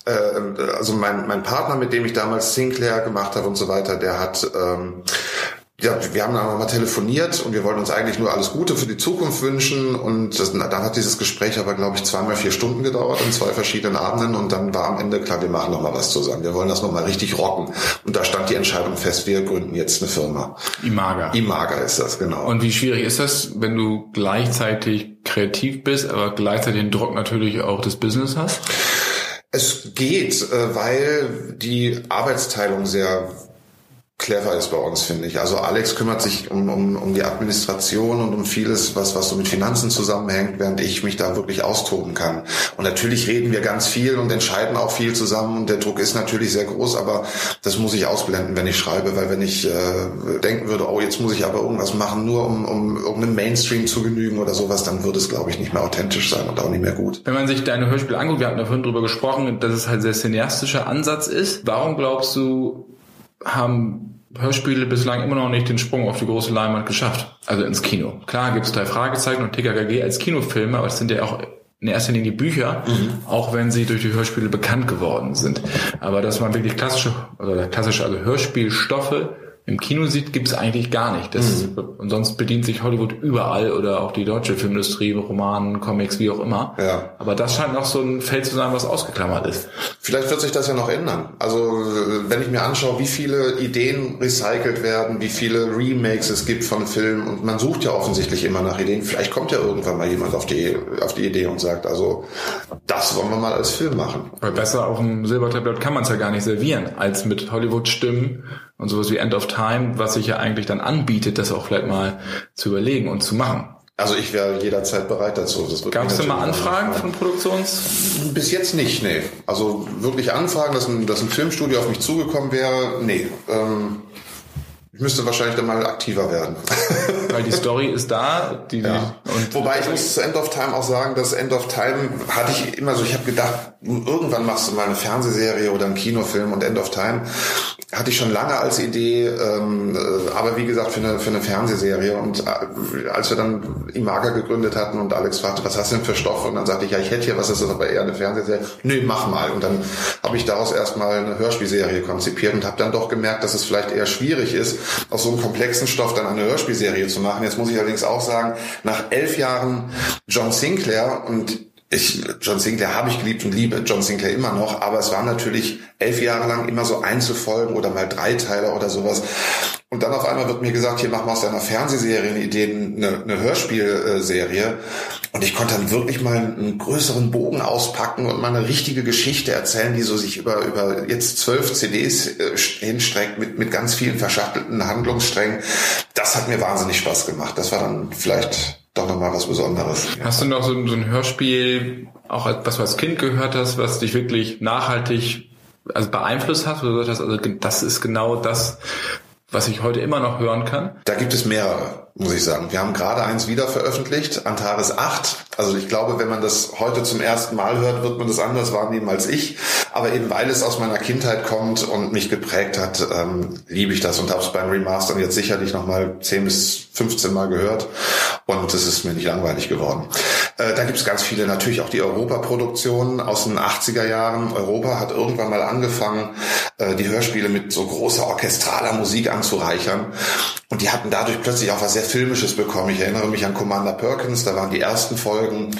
äh, also mein mein Partner, mit dem ich damals Sinclair gemacht habe und so weiter, der hat ähm, ja, wir haben dann nochmal telefoniert und wir wollten uns eigentlich nur alles Gute für die Zukunft wünschen und das, dann hat dieses Gespräch aber, glaube ich, zweimal vier Stunden gedauert an zwei verschiedenen Abenden und dann war am Ende klar, wir machen nochmal was zusammen. Wir wollen das nochmal richtig rocken. Und da stand die Entscheidung fest, wir gründen jetzt eine Firma. Imaga. Imaga ist das, genau. Und wie schwierig ist das, wenn du gleichzeitig kreativ bist, aber gleichzeitig den Druck natürlich auch des Business hast? Es geht, weil die Arbeitsteilung sehr clever ist bei uns, finde ich. Also Alex kümmert sich um, um, um die Administration und um vieles, was, was so mit Finanzen zusammenhängt, während ich mich da wirklich austoben kann. Und natürlich reden wir ganz viel und entscheiden auch viel zusammen und der Druck ist natürlich sehr groß, aber das muss ich ausblenden, wenn ich schreibe, weil wenn ich äh, denken würde, oh, jetzt muss ich aber irgendwas machen, nur um, um irgendeinem Mainstream zu genügen oder sowas, dann würde es, glaube ich, nicht mehr authentisch sein und auch nicht mehr gut. Wenn man sich deine Hörspiele anguckt, wir hatten da vorhin drüber gesprochen, dass es halt sehr cineastischer Ansatz ist. Warum glaubst du, haben Hörspiele bislang immer noch nicht den Sprung auf die große Leinwand geschafft, also ins Kino? Klar gibt es drei Fragezeichen und T K K G als Kinofilme, aber es sind ja auch in erster Linie Bücher, mhm. auch wenn sie durch die Hörspiele bekannt geworden sind. Aber dass man wirklich klassische, oder klassische, also Hörspielstoffe im Kino sieht, gibt es eigentlich gar nicht. Das mhm. Und sonst bedient sich Hollywood überall oder auch die deutsche Filmindustrie, Romanen, Comics, wie auch immer. Ja. Aber das scheint noch so ein Feld zu sein, was ausgeklammert ist. Vielleicht wird sich das ja noch ändern. Also wenn ich mir anschaue, wie viele Ideen recycelt werden, wie viele Remakes es gibt von Filmen und man sucht ja offensichtlich immer nach Ideen. Vielleicht kommt ja irgendwann mal jemand auf die auf die Idee und sagt, also das wollen wir mal als Film machen. Weil besser auf dem Silbertablett kann man es ja gar nicht servieren, als mit Hollywood-Stimmen und sowas wie End of Time, was sich ja eigentlich dann anbietet, das auch vielleicht mal zu überlegen und zu machen. Also ich wäre jederzeit bereit dazu. Gab es denn mal Anfragen von Produktions? Bis jetzt nicht, nee. Also wirklich Anfragen, dass ein, dass ein Filmstudio auf mich zugekommen wäre, nee. Ähm, ich müsste wahrscheinlich dann mal aktiver werden. Weil die Story ist da. Die, ja. Und wobei ich muss zu End of Time auch sagen, dass End of Time hatte ich immer so, ich habe gedacht, irgendwann machst du mal eine Fernsehserie oder einen Kinofilm und End of Time hatte ich schon lange als Idee, ähm, aber wie gesagt für eine für eine Fernsehserie. Und äh, als wir dann Imaga gegründet hatten und Alex fragte, was hast du denn für Stoffe? Und dann sagte ich, ja, ich hätte hier was, das ist aber eher eine Fernsehserie. Nö, mach mal. Und dann habe ich daraus erstmal eine Hörspielserie konzipiert und habe dann doch gemerkt, dass es vielleicht eher schwierig ist, aus so einem komplexen Stoff dann eine Hörspielserie zu machen. Jetzt muss ich allerdings auch sagen, nach elf Jahren John Sinclair und Ich, John Sinclair habe ich geliebt und liebe John Sinclair immer noch, aber es waren natürlich elf Jahre lang immer so Einzelfolgen oder mal Dreiteiler oder sowas. Und dann auf einmal wird mir gesagt, hier mach mal aus deiner Fernsehserie eine Idee, eine, eine Hörspielserie. Und ich konnte dann wirklich mal einen größeren Bogen auspacken und mal eine richtige Geschichte erzählen, die so sich über, über jetzt zwölf C Ds hinstreckt mit, mit ganz vielen verschachtelten Handlungssträngen. Das hat mir wahnsinnig Spaß gemacht. Das war dann vielleicht doch nochmal was Besonderes. Hast du noch so, so ein Hörspiel, auch als, was du als Kind gehört hast, was dich wirklich nachhaltig also beeinflusst hat? Oder du hast, also das ist genau das, was ich heute immer noch hören kann? Da gibt es mehrere, muss ich sagen. Wir haben gerade eins wieder veröffentlicht, Antares acht. Also ich glaube, wenn man das heute zum ersten Mal hört, wird man das anders wahrnehmen als ich. Aber eben weil es aus meiner Kindheit kommt und mich geprägt hat, ähm, liebe ich das und habe es beim Remastern jetzt sicherlich nochmal zehn bis fünfzehn Mal gehört. Und es ist mir nicht langweilig geworden. Äh, da gibt es ganz viele, natürlich auch die Europa-Produktionen aus den achtziger Jahren. Europa hat irgendwann mal angefangen, äh, die Hörspiele mit so großer orchestraler Musik anzureichern. Und die hatten dadurch plötzlich auch was sehr Filmisches bekommen. Ich erinnere mich an Commander Perkins, da waren die ersten Folgen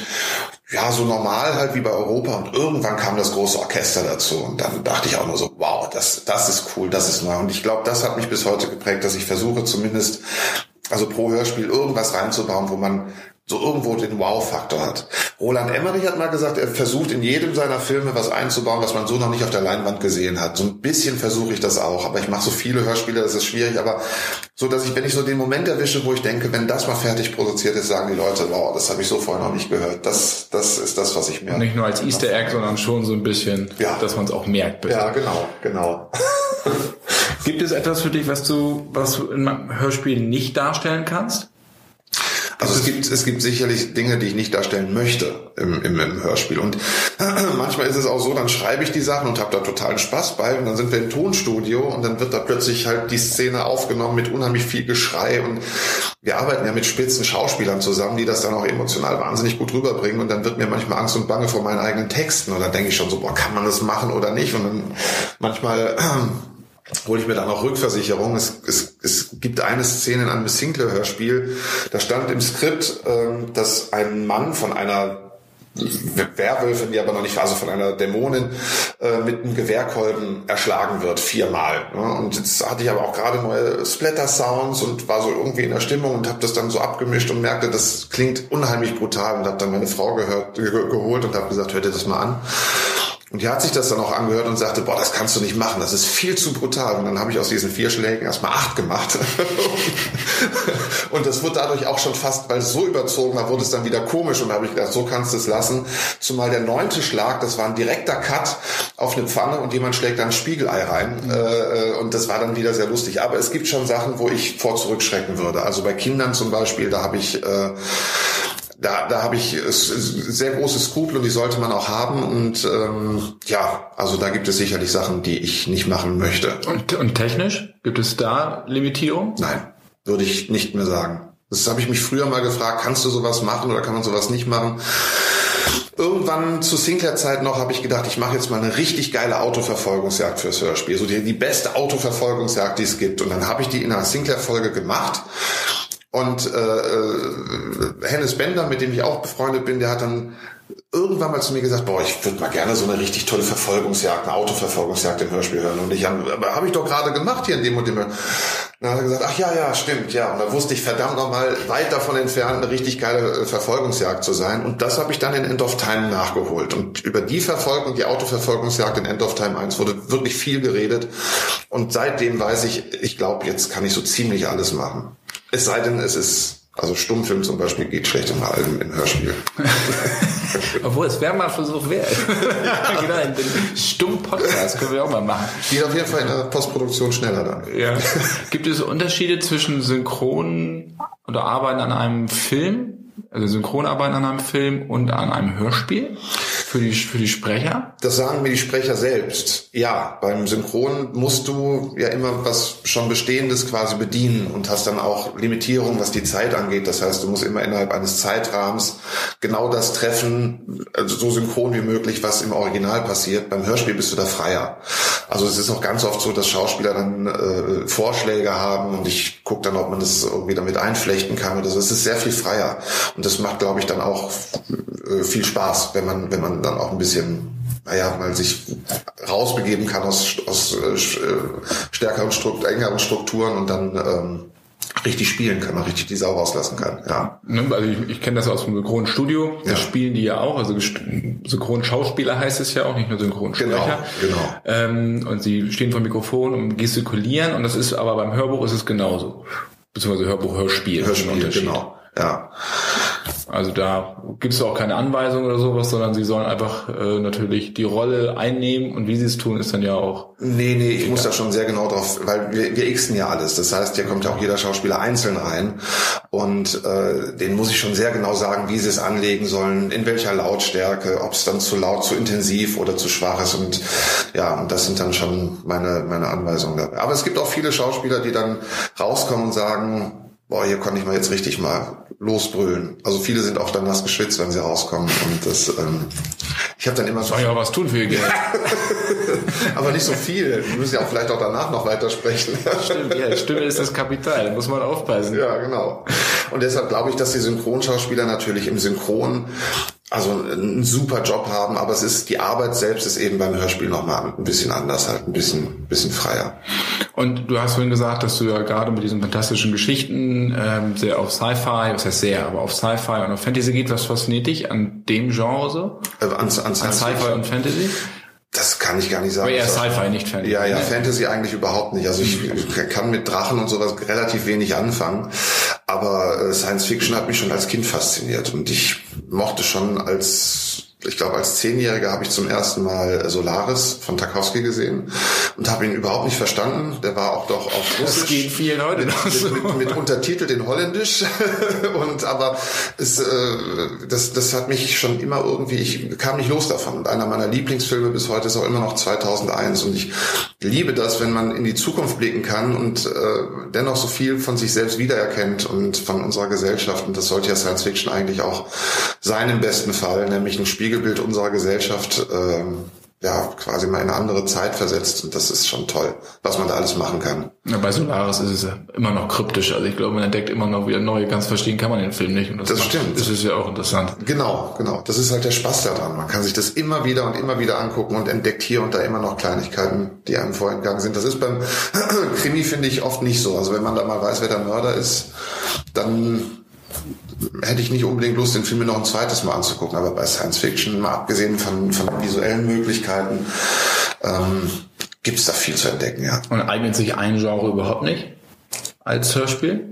ja so normal halt wie bei Europa und irgendwann kam das große Orchester dazu und dann dachte ich auch nur so, wow, das das ist cool, das ist neu. Und ich glaube, das hat mich bis heute geprägt, dass ich versuche zumindest also pro Hörspiel irgendwas reinzubauen, wo man so irgendwo den Wow-Faktor hat. Roland Emmerich hat mal gesagt, er versucht in jedem seiner Filme was einzubauen, was man so noch nicht auf der Leinwand gesehen hat. So ein bisschen versuche ich das auch, aber ich mache so viele Hörspiele, das ist schwierig, aber so, dass ich, wenn ich so den Moment erwische, wo ich denke, wenn das mal fertig produziert ist, sagen die Leute, wow, das habe ich so vorher noch nicht gehört. Das das ist das, was ich mir... Und nicht nur als Easter Egg, sondern schon so ein bisschen, ja, dass man es auch merkt. Bitte. Ja, genau, genau. Gibt es etwas für dich, was du, was du in meinem Hörspiel nicht darstellen kannst? Also es gibt es gibt sicherlich Dinge, die ich nicht darstellen möchte im, im, im Hörspiel. Und manchmal ist es auch so, dann schreibe ich die Sachen und habe da totalen Spaß bei. Und dann sind wir im Tonstudio und dann wird da plötzlich halt die Szene aufgenommen mit unheimlich viel Geschrei. Und wir arbeiten ja mit spitzen Schauspielern zusammen, die das dann auch emotional wahnsinnig gut rüberbringen. Und dann wird mir manchmal Angst und Bange vor meinen eigenen Texten. Und dann denke ich schon so, boah, kann man das machen oder nicht? Und dann manchmal... hole ich mir dann auch Rückversicherung. Es, es, es gibt eine Szene in einem Sinclair-Hörspiel, da stand im Skript, äh, dass ein Mann von einer Werwölfin, die aber noch nicht war, also von einer Dämonin, äh, mit einem Gewehrkolben erschlagen wird, viermal. Ne? Und jetzt hatte ich aber auch gerade neue Splatter-Sounds und war so irgendwie in der Stimmung und habe das dann so abgemischt und merkte, das klingt unheimlich brutal und habe dann meine Frau gehört, ge- geholt und habe gesagt, hört ihr das mal an. Und die hat sich das dann auch angehört und sagte, boah, das kannst du nicht machen, das ist viel zu brutal. Und dann habe ich aus diesen vier Schlägen erstmal acht gemacht. Und das wird dadurch auch schon fast, weil es so überzogen war, wurde es dann wieder komisch. Und da habe ich gedacht, so kannst du es lassen. Zumal der neunte Schlag, das war ein direkter Cut auf eine Pfanne und jemand schlägt dann ein Spiegelei rein. Mhm. Und das war dann wieder sehr lustig. Aber es gibt schon Sachen, wo ich vor zurückschrecken würde. Also bei Kindern zum Beispiel, da habe ich... Äh, Da, da habe ich sehr große Skrupel und die sollte man auch haben und ähm, ja, also da gibt es sicherlich Sachen, die ich nicht machen möchte. Und, und technisch? Gibt es da Limitierung? Nein, würde ich nicht mehr sagen. Das habe ich mich früher mal gefragt, kannst du sowas machen oder kann man sowas nicht machen? Irgendwann zu Sinclair-Zeit noch habe ich gedacht, ich mache jetzt mal eine richtig geile Autoverfolgungsjagd fürs Hörspiel. So die, die beste Autoverfolgungsjagd, die es gibt. Und dann habe ich die in einer Sinclair-Folge gemacht. Und äh, äh, Hennes Bender, mit dem ich auch befreundet bin, der hat dann irgendwann mal zu mir gesagt, boah, ich würde mal gerne so eine richtig tolle Verfolgungsjagd, eine Autoverfolgungsjagd im Hörspiel hören. Und ich habe hab ich doch gerade gemacht hier in dem und dem. Dann hat er gesagt, ach ja, ja, stimmt, ja. Und da wusste ich verdammt nochmal weit davon entfernt, eine richtig geile Verfolgungsjagd zu sein. Und das habe ich dann in End of Time nachgeholt. Und über die Verfolgung, die Autoverfolgungsjagd in End of Time eins wurde wirklich viel geredet. Und seitdem weiß ich, ich glaube, jetzt kann ich so ziemlich alles machen. Es sei denn, es ist, also Stummfilm zum Beispiel geht schlecht im Alben im Hörspiel. Obwohl, es wäre mal ein Versuch wert. Ja. Genau, den Stumm-Podcast können wir auch mal machen. Geht auf jeden Fall in der Postproduktion schneller dann. Ja. Gibt es Unterschiede zwischen Synchron oder Arbeiten an einem Film, also Synchronarbeiten an einem Film und an einem Hörspiel? Für die, für die Sprecher? Das sagen mir die Sprecher selbst. Ja, beim Synchron musst du ja immer was schon Bestehendes quasi bedienen und hast dann auch Limitierungen, was die Zeit angeht. Das heißt, du musst immer innerhalb eines Zeitrahmens genau das treffen, also so synchron wie möglich, was im Original passiert. Beim Hörspiel bist du da freier. Also es ist auch ganz oft so, dass Schauspieler dann äh, Vorschläge haben und ich gucke dann, ob man das irgendwie damit einflechten kann oder so. Es ist sehr viel freier und das macht, glaube ich, dann auch äh, viel Spaß, wenn man wenn man dann auch ein bisschen, naja, mal sich rausbegeben kann aus, aus äh, stärkeren, Strukt, engeren Strukturen und dann ähm, richtig spielen kann, man richtig die Sau rauslassen kann. Ja. Also ich, ich kenne das aus dem Synchronstudio, da ja. spielen die ja auch, also Synchronschauspieler heißt es ja auch, nicht nur Synchronsprecher. Genau, genau. Ähm, und sie stehen vor dem Mikrofon und gestikulieren und das ist aber beim Hörbuch ist es genauso. Beziehungsweise Hörbuch, Hörspiel. Hörspiel, genau. Ja. Also da gibt es auch keine Anweisung oder sowas, sondern sie sollen einfach äh, natürlich die Rolle einnehmen und wie sie es tun, ist dann ja auch... Nee, nee, ich muss da schon sehr genau drauf, weil wir, wir xen ja alles. Das heißt, hier kommt ja auch jeder Schauspieler einzeln rein und äh, denen muss ich schon sehr genau sagen, wie sie es anlegen sollen, in welcher Lautstärke, ob es dann zu laut, zu intensiv oder zu schwach ist und ja, und das sind dann schon meine, meine Anweisungen dabei. Aber es gibt auch viele Schauspieler, die dann rauskommen und sagen, boah, hier konnte ich mal jetzt richtig mal losbrüllen. Also viele sind auch dann nass geschwitzt, wenn sie rauskommen. Und das, ähm, ich habe dann immer so... Soll ja was tun für ihr Geld. Aber nicht so viel. Wir müssen ja auch vielleicht auch danach noch weitersprechen. Stimmt, ja, Stimme ist das Kapital. Da muss man aufpassen. Ja, genau. Und deshalb glaube ich, dass die Synchronschauspieler natürlich im Synchron also einen super Job haben, aber es ist, die Arbeit selbst ist eben beim Hörspiel nochmal ein bisschen anders, halt ein bisschen, bisschen freier. Und du hast vorhin gesagt, dass du ja gerade mit diesen fantastischen Geschichten ähm, sehr auf Sci-Fi, was heißt sehr, aber auf Sci-Fi und auf Fantasy geht. Was fasziniert dich an dem Genre so? Äh, an, an, an Sci-Fi und Fantasy? Das kann ich gar nicht sagen. Aber eher Sci-Fi, nicht Fantasy. Ja, ja, Fantasy eigentlich überhaupt nicht. Also ich, ich kann mit Drachen und sowas relativ wenig anfangen. Aber äh, Science Fiction hat mich schon als Kind fasziniert. Und ich mochte schon als, ich glaube als Zehnjähriger habe ich zum ersten Mal Solaris von Tarkovsky gesehen und habe ihn überhaupt nicht verstanden. Der war auch doch auf Russisch. Das geht vielen heute noch so. Mit, mit, mit Untertitel in Holländisch. Und aber es, äh, das, das hat mich schon immer irgendwie, ich kam nicht los davon. Und einer meiner Lieblingsfilme bis heute ist auch immer noch zweitausendeins. Und ich liebe das, wenn man in die Zukunft blicken kann und äh, dennoch so viel von sich selbst wiedererkennt und von unserer Gesellschaft. Und das sollte ja Science Fiction eigentlich auch sein im besten Fall, nämlich ein Spiegelbild unserer Gesellschaft. Äh, ja quasi mal in eine andere Zeit versetzt und das ist schon toll, was man da alles machen kann. Ja, bei Solaris ist es ja immer noch kryptisch, also ich glaube, man entdeckt immer noch wieder neue, ganz verstehen kann man den Film nicht und das, das macht, stimmt. Das ist ja auch interessant. Genau, genau, das ist halt der Spaß daran, man kann sich das immer wieder und immer wieder angucken und entdeckt hier und da immer noch Kleinigkeiten, die einem vorentgangen sind. Das ist beim Krimi, finde ich, oft nicht so, also wenn man da mal weiß, wer der Mörder ist, dann hätte ich nicht unbedingt Lust, den Film mir noch ein zweites Mal anzugucken, aber bei Science Fiction, mal abgesehen von, von visuellen Möglichkeiten, ähm, gibt es da viel zu entdecken, ja. Und eignet sich ein Genre überhaupt nicht als Hörspiel?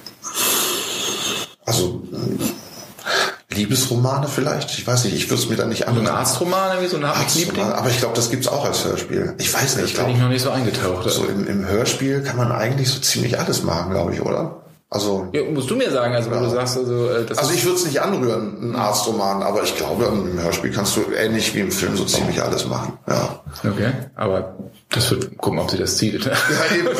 Also Liebesromane vielleicht? Ich weiß nicht, ich würde es mir da nicht an. So eine Arztroman, irgendwie so eine Arztroman, aber ich glaube, das gibt's auch als Hörspiel. Ich weiß nicht. Ich bin ich noch nicht so eingetaucht. So im, im Hörspiel kann man eigentlich so ziemlich alles machen, glaube ich, oder? Also ja, musst du mir sagen, also ja. Wo du sagst, also das also ich würde es nicht anrühren, einen Arztroman, aber ich glaube, im Hörspiel kannst du ähnlich wie im Film so ziemlich alles machen. Ja. Okay, aber das wird gucken, ob sie das zielt. Ja, eben.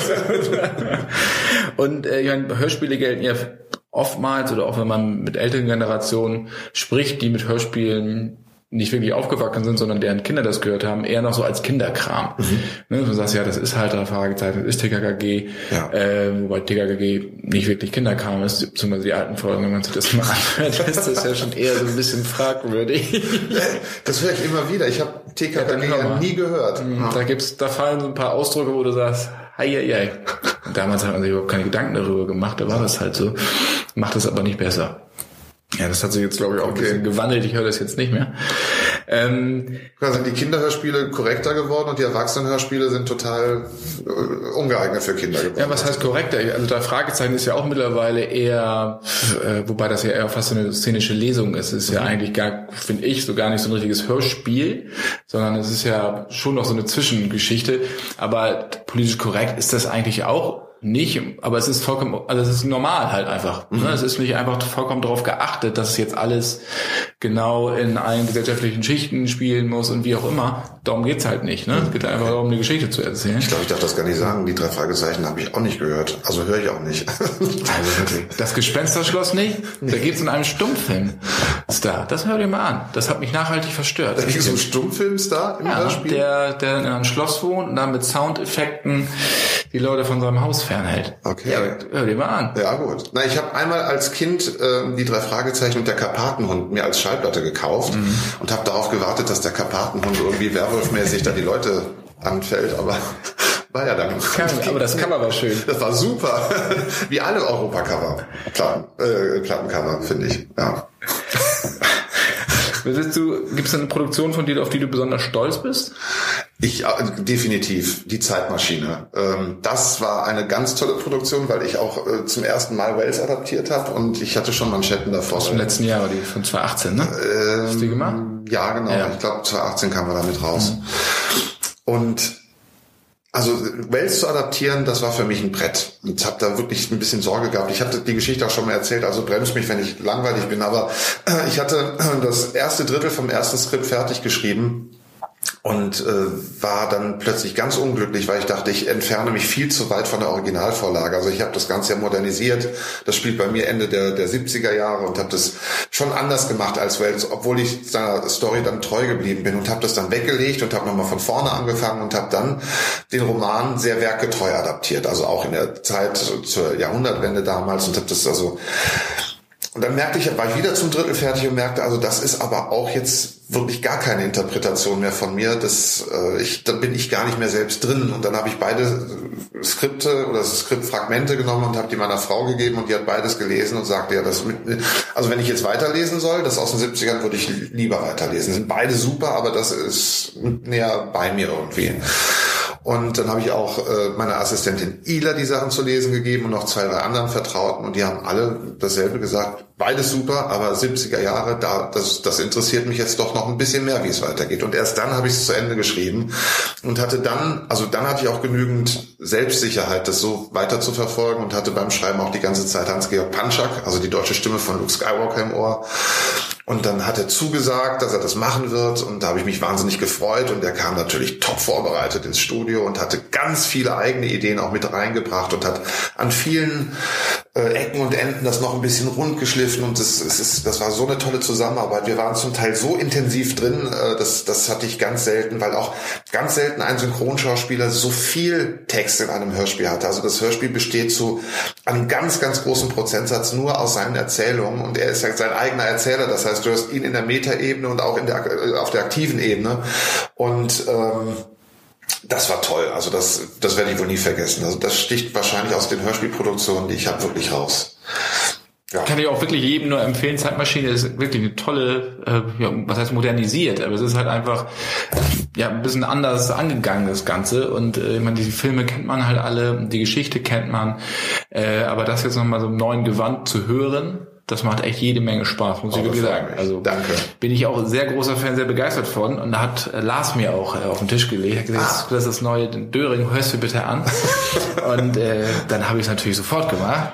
Und äh, ja, Hörspiele gelten ja oftmals oder auch wenn man mit älteren Generationen spricht, die mit Hörspielen nicht wirklich aufgewachsen sind, sondern deren Kinder das gehört haben, eher noch so als Kinderkram. Mhm. Ne, du sagst, ja, das ist halt eine Fragezeichen, das ist T K K G, ja. äh, wobei T K K G nicht wirklich Kinderkram ist, beziehungsweise die alten Folgen, wenn man sich das mal anhört, ist das ja schon eher so ein bisschen fragwürdig. Das höre ich immer wieder. Ich habe T K K G ja, ja nie gehört. Mhm. Da gibt's, da fallen so ein paar Ausdrücke, wo du sagst, hei, hei, hei. Und damals hat man sich überhaupt keine Gedanken darüber gemacht, da war das halt so. Macht es aber nicht besser. Ja, das hat sich jetzt, glaube ich, auch okay. ein bisschen gewandelt. Ich höre das jetzt nicht mehr. Ähm, sind die Kinderhörspiele korrekter geworden und die Erwachsenenhörspiele sind total äh, ungeeignet für Kinder geworden. Ja, was heißt korrekter? Also da Fragezeichen ist ja auch mittlerweile eher, äh, wobei das ja eher fast so eine szenische Lesung ist. Es ist mhm. ja eigentlich gar, finde ich, so gar nicht so ein richtiges Hörspiel, sondern es ist ja schon noch so eine Zwischengeschichte. Aber politisch korrekt ist das eigentlich auch nicht, aber es ist vollkommen, also es ist normal halt einfach. Mhm. Ne? Es ist nicht einfach vollkommen darauf geachtet, dass es jetzt alles genau in allen gesellschaftlichen Schichten spielen muss und wie auch immer. Darum geht's halt nicht. Ne? Es geht einfach darum, eine Geschichte zu erzählen. Ich glaube, ich darf das gar nicht sagen. Die drei Fragezeichen habe ich auch nicht gehört. Also höre ich auch nicht. Also wirklich. Das Gespensterschloss nicht? Nee. Da geht's in einem Stummfilm-Star. Das hör dir mal an. Das hat mich nachhaltig verstört. Da gibt es einen Stummfilm-Star im ja, Hörspiel? Der, der in einem Schloss wohnt und dann mit Soundeffekten die Leute von seinem Haus fernhält. Okay. Ja, hör dir mal an. Ja, gut. Na, ich habe einmal als Kind äh, die drei Fragezeichen und der Karpatenhund mir als Schallplatte gekauft mhm. und habe darauf gewartet, dass der Karpatenhund irgendwie werwolfmäßig da die Leute anfällt, aber war ja dann. Kann, aber das Cover war schön. Das war super. Wie alle Europacover. Platten, äh, Plattencover, finde ich. Ja. Gibt es eine Produktion von dir, auf die du besonders stolz bist? Ich äh, definitiv die Zeitmaschine. Ähm, das war eine ganz tolle Produktion, weil ich auch äh, zum ersten Mal Wells adaptiert habe und ich hatte schon Manschetten davor. Aus dem letzten Jahr, die von zwanzig achtzehn, ne? Ähm, Hast du die gemacht? Ja, genau. Ja. Ich glaube zwanzig achtzehn kamen wir damit raus. Mhm. Und also Wells zu adaptieren, das war für mich ein Brett. Und ich habe da wirklich ein bisschen Sorge gehabt. Ich hatte die Geschichte auch schon mal erzählt, also bremst mich, wenn ich langweilig bin. Aber äh, ich hatte das erste Drittel vom ersten Skript fertig geschrieben und äh, war dann plötzlich ganz unglücklich, weil ich dachte, ich entferne mich viel zu weit von der Originalvorlage. Also ich habe das Ganze ja modernisiert. Das spielt bei mir Ende der, der siebziger Jahre und habe das schon anders gemacht als Wells, obwohl ich seiner Story dann treu geblieben bin und habe das dann weggelegt und habe nochmal von vorne angefangen und habe dann den Roman sehr werkgetreu adaptiert. Also auch in der Zeit zur Jahrhundertwende damals und habe das also... Und dann merkte ich, war ich wieder zum Drittel fertig und merkte, also das ist aber auch jetzt wirklich gar keine Interpretation mehr von mir. Das, äh, ich, da bin ich gar nicht mehr selbst drin. Und dann habe ich beide Skripte oder Skriptfragmente genommen und habe die meiner Frau gegeben und die hat beides gelesen und sagte, ja, das mit, also wenn ich jetzt weiterlesen soll, das aus den siebzigern, würde ich lieber weiterlesen. Sind beide super, aber das ist näher bei mir irgendwie. Und dann habe ich auch äh, meiner Assistentin Ila die Sachen zu lesen gegeben und noch zwei, drei anderen Vertrauten und die haben alle dasselbe gesagt, beides super, aber siebziger Jahre, da das, das interessiert mich jetzt doch noch ein bisschen mehr, wie es weitergeht. Und erst dann habe ich es zu Ende geschrieben und hatte dann, also dann hatte ich auch genügend Selbstsicherheit, das so weiter zu verfolgen und hatte beim Schreiben auch die ganze Zeit Hans-Georg Panschak, also die deutsche Stimme von Luke Skywalker im Ohr. Und dann hat er zugesagt, dass er das machen wird und da habe ich mich wahnsinnig gefreut und er kam natürlich top vorbereitet ins Studio und hatte ganz viele eigene Ideen auch mit reingebracht und hat an vielen äh, Ecken und Enden das noch ein bisschen rund geschliffen und das, es ist, das war so eine tolle Zusammenarbeit. Wir waren zum Teil so intensiv drin, äh, das, das hatte ich ganz selten, weil auch ganz selten ein Synchronschauspieler so viel Text in einem Hörspiel hatte. Also das Hörspiel besteht zu einem ganz, ganz großen Prozentsatz nur aus seinen Erzählungen und er ist ja sein eigener Erzähler. Das heißt, du hast ihn in der Metaebene und auch in der, auf der aktiven Ebene und ähm, das war toll, also das, das werde ich wohl nie vergessen. Also das sticht wahrscheinlich aus den Hörspielproduktionen, die ich habe, wirklich raus. Ja. Kann ich auch wirklich jedem nur empfehlen. Zeitmaschine ist wirklich eine tolle, äh, ja, was heißt modernisiert, aber es ist halt einfach ja ein bisschen anders angegangen, das Ganze. Und äh, ich meine, die Filme kennt man halt alle, die Geschichte kennt man, äh, aber das jetzt nochmal so im neuen Gewand zu hören, das macht echt jede Menge Spaß, muss oh, ich wirklich sagen. Also danke. Bin ich auch sehr großer Fan, sehr begeistert von. Und da hat äh, Lars mir auch äh, auf den Tisch gelegt, hat gesagt, ah. das ist das neue Döring, hörst du bitte an. Und äh, dann habe ich es natürlich sofort gemacht.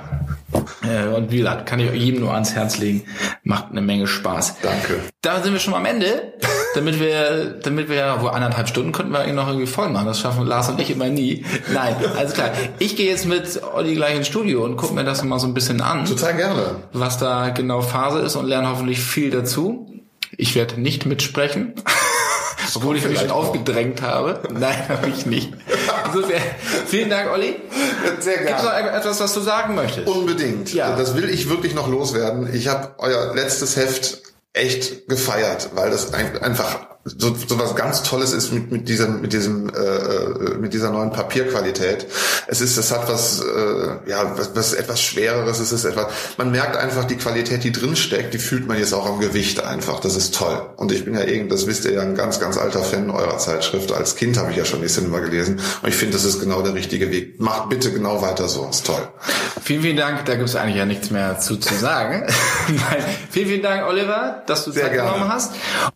Äh, und wie gesagt, kann ich jedem nur ans Herz legen. Macht eine Menge Spaß. Danke. Da sind wir schon am Ende. Damit wir, damit wir ja, wo anderthalb Stunden könnten wir eigentlich noch irgendwie voll machen. Das schaffen Lars und ich immer nie. Nein, alles klar. Ich gehe jetzt mit Olli gleich ins Studio und gucke mir das mal so ein bisschen an. Total gerne. Was da genau Phase ist und lerne hoffentlich viel dazu. Ich werde nicht mitsprechen. Obwohl ich mich schon aufgedrängt habe. Nein, habe ich nicht. Insofern, vielen Dank, Olli. Sehr gerne. Gibt es noch etwas, was du sagen möchtest? Unbedingt. Ja. Das will ich wirklich noch loswerden. Ich habe euer letztes Heft echt gefeiert, weil das ein, einfach so, so was ganz Tolles ist mit mit diesem mit diesem äh, mit dieser neuen Papierqualität. Es ist, es hat was äh, ja was, was etwas Schwereres. Es ist etwas. Man merkt einfach die Qualität, die drin steckt. Die fühlt man jetzt auch am Gewicht einfach. Das ist toll. Und ich bin ja irgend, das wisst ihr ja, ein ganz ganz alter Fan eurer Zeitschrift. Als Kind habe ich ja schon die Cinema gelesen. Und ich finde, das ist genau der richtige Weg. Macht bitte genau weiter so. Ist toll. Vielen vielen Dank. Da gibt es eigentlich ja nichts mehr zu zu sagen. Nein. Vielen vielen Dank, Oliver, dass du Zeit genommen hast.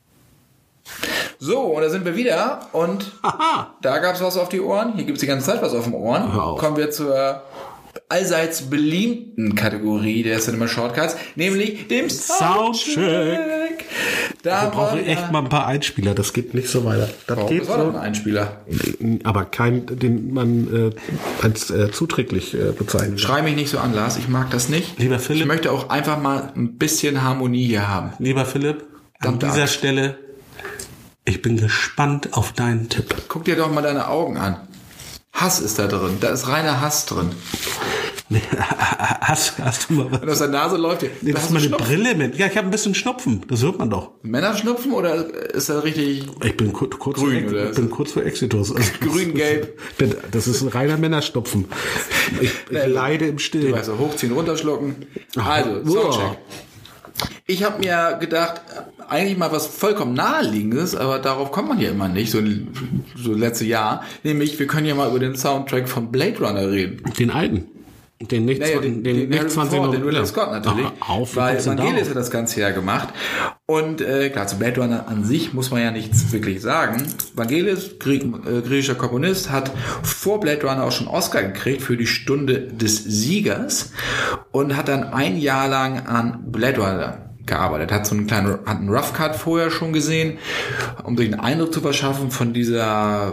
So, und da sind wir wieder und Aha. da gab's was auf die Ohren. Hier gibt's die ganze Zeit was auf den Ohren. Kommen wir zur allseits beliebten Kategorie der Cinema Shortcuts, nämlich dem Soundtrack. Da brauche ich echt mal ein paar Einspieler. Das geht nicht so weiter. Das Warum? geht Das war so, doch ein Einspieler. Aber kein, den man äh, als äh, zuträglich äh, bezeichnet. Schrei mich nicht so an, Lars. Ich mag das nicht. Lieber Philipp. Ich möchte auch einfach mal ein bisschen Harmonie hier haben. Lieber Philipp, an dieser Angst. Stelle, ich bin gespannt auf deinen Tipp. Guck dir doch mal deine Augen an. Hass ist da drin. Da ist reiner Hass drin. Nee, hast, hast du mal was? Und aus der Nase läuft dir. Nee, das ist meine Brille mit. Ja, ich habe ein bisschen Schnupfen. Das hört man doch. Männerschnupfen oder ist das richtig? Ich bin kurz, kurz grün, vor, oder? Ich bin kurz vor Exitus. Also, Grün-gelb. Das ist ein reiner Männerschnupfen. Ich, ich leide im Stillen. Du weißt, hochziehen, runterschlucken. Also, Soundcheck. Ich habe mir gedacht, eigentlich mal was vollkommen naheliegendes, aber darauf kommt man ja immer nicht, so, so letzte Jahr. Nämlich, wir können ja mal über den Soundtrack von Blade Runner reden. Den alten. Den nicht, naja, den, den, den, nicht zwanzig den Ridley Scott natürlich. Ach, auf, weil Vangelis hat das Ganze ja gemacht. Und äh, klar, zu Blade Runner an sich muss man ja nichts wirklich sagen. Vangelis, Grie äh, griechischer Komponist, hat vor Blade Runner auch schon Oscar gekriegt für die Stunde des Siegers und hat dann ein Jahr lang an Blade Runner gearbeitet, hat so einen kleinen, hat einen Rough Cut vorher schon gesehen, um sich einen Eindruck zu verschaffen von dieser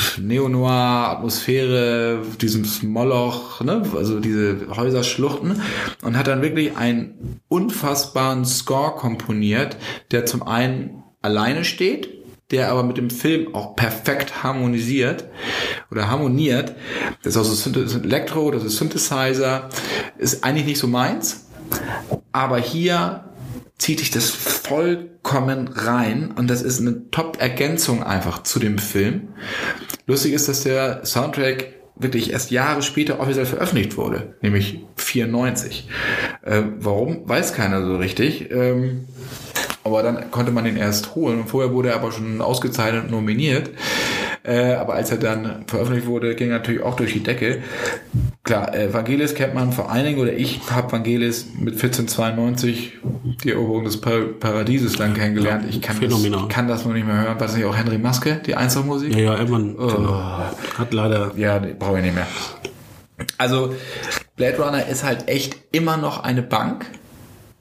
Neo-Noir-Atmosphäre, diesem Moloch, ne, also diese Häuserschluchten, und hat dann wirklich einen unfassbaren Score komponiert, der zum einen alleine steht, der aber mit dem Film auch perfekt harmonisiert oder harmoniert. Das ist also Elektro, das ist Synthesizer, ist eigentlich nicht so meins, aber hier zieht dich das vollkommen rein und das ist eine Top-Ergänzung einfach zu dem Film. Lustig ist, dass der Soundtrack wirklich erst Jahre später offiziell veröffentlicht wurde, nämlich vierundneunzig. Äh, warum? Weiß keiner so richtig. Ähm, aber dann konnte man den erst holen und vorher wurde er aber schon ausgezeichnet und nominiert. Äh, aber als er dann veröffentlicht wurde, ging er natürlich auch durch die Decke. Klar, äh, Vangelis kennt man vor allen Dingen, oder ich habe Vangelis mit vierzehnhundertzweiundneunzig die Eroberung des Par- Paradieses dann kennengelernt. Ich kann, das, ich kann das noch nicht mehr hören. War das nicht auch Henry Maske, die Einzelmusik? Ja, ja, irgendwann oh. hat leider... Ja, brauche ich nicht mehr. Also Blade Runner ist halt echt immer noch eine Bank.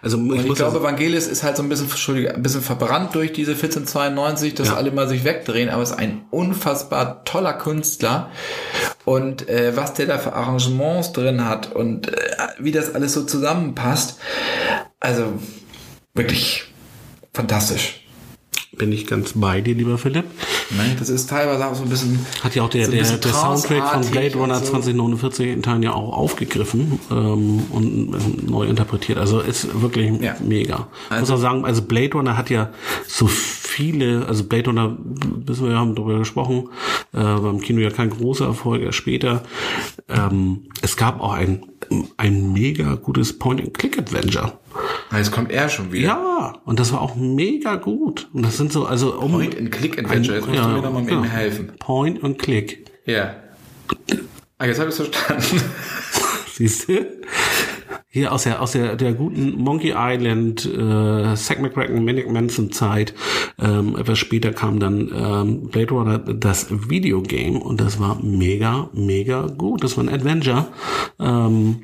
Also ich, Und ich muss glaube, das, Vangelis ist halt so ein bisschen, Entschuldige, ein bisschen verbrannt durch diese vierzehn zweiundneunzig, dass Ja. alle mal sich wegdrehen, aber ist ein unfassbar toller Künstler. Und äh, was der da für Arrangements drin hat und äh, wie das alles so zusammenpasst, also wirklich fantastisch. bin ich ganz bei dir, lieber Philipp. Ne? Das ist teilweise auch so ein bisschen... Hat ja auch der, so ein der, bisschen der Soundtrack von tranceartig Blade Runner und so. zwanzig neunundvierzig in Teilen ja auch aufgegriffen ähm, und ähm, neu interpretiert. Also ist wirklich Ja. mega. Ich muss Also- auch sagen, also Blade Runner hat ja so viele, also Blade Runner, wissen wir, wir haben darüber gesprochen, äh, beim Kino ja kein großer Erfolg, erst später. Ähm, es gab auch ein, ein mega gutes Point-and-Click-Adventure. Jetzt kommt er schon wieder. Ja, und das war auch mega gut. Und das sind so, also um Point-and-Click-Adventure, jetzt musst du mir noch mal mit ihm helfen. Point and Click. Ja. Ah, jetzt habe ich es verstanden. Siehst du? Hier aus der aus der der guten Monkey Island, äh, Zack McCracken, Manic Manson Zeit. Ähm, etwas später kam dann ähm, Blade Runner, das Videogame, und das war mega mega gut. Das war ein Adventure. Ähm,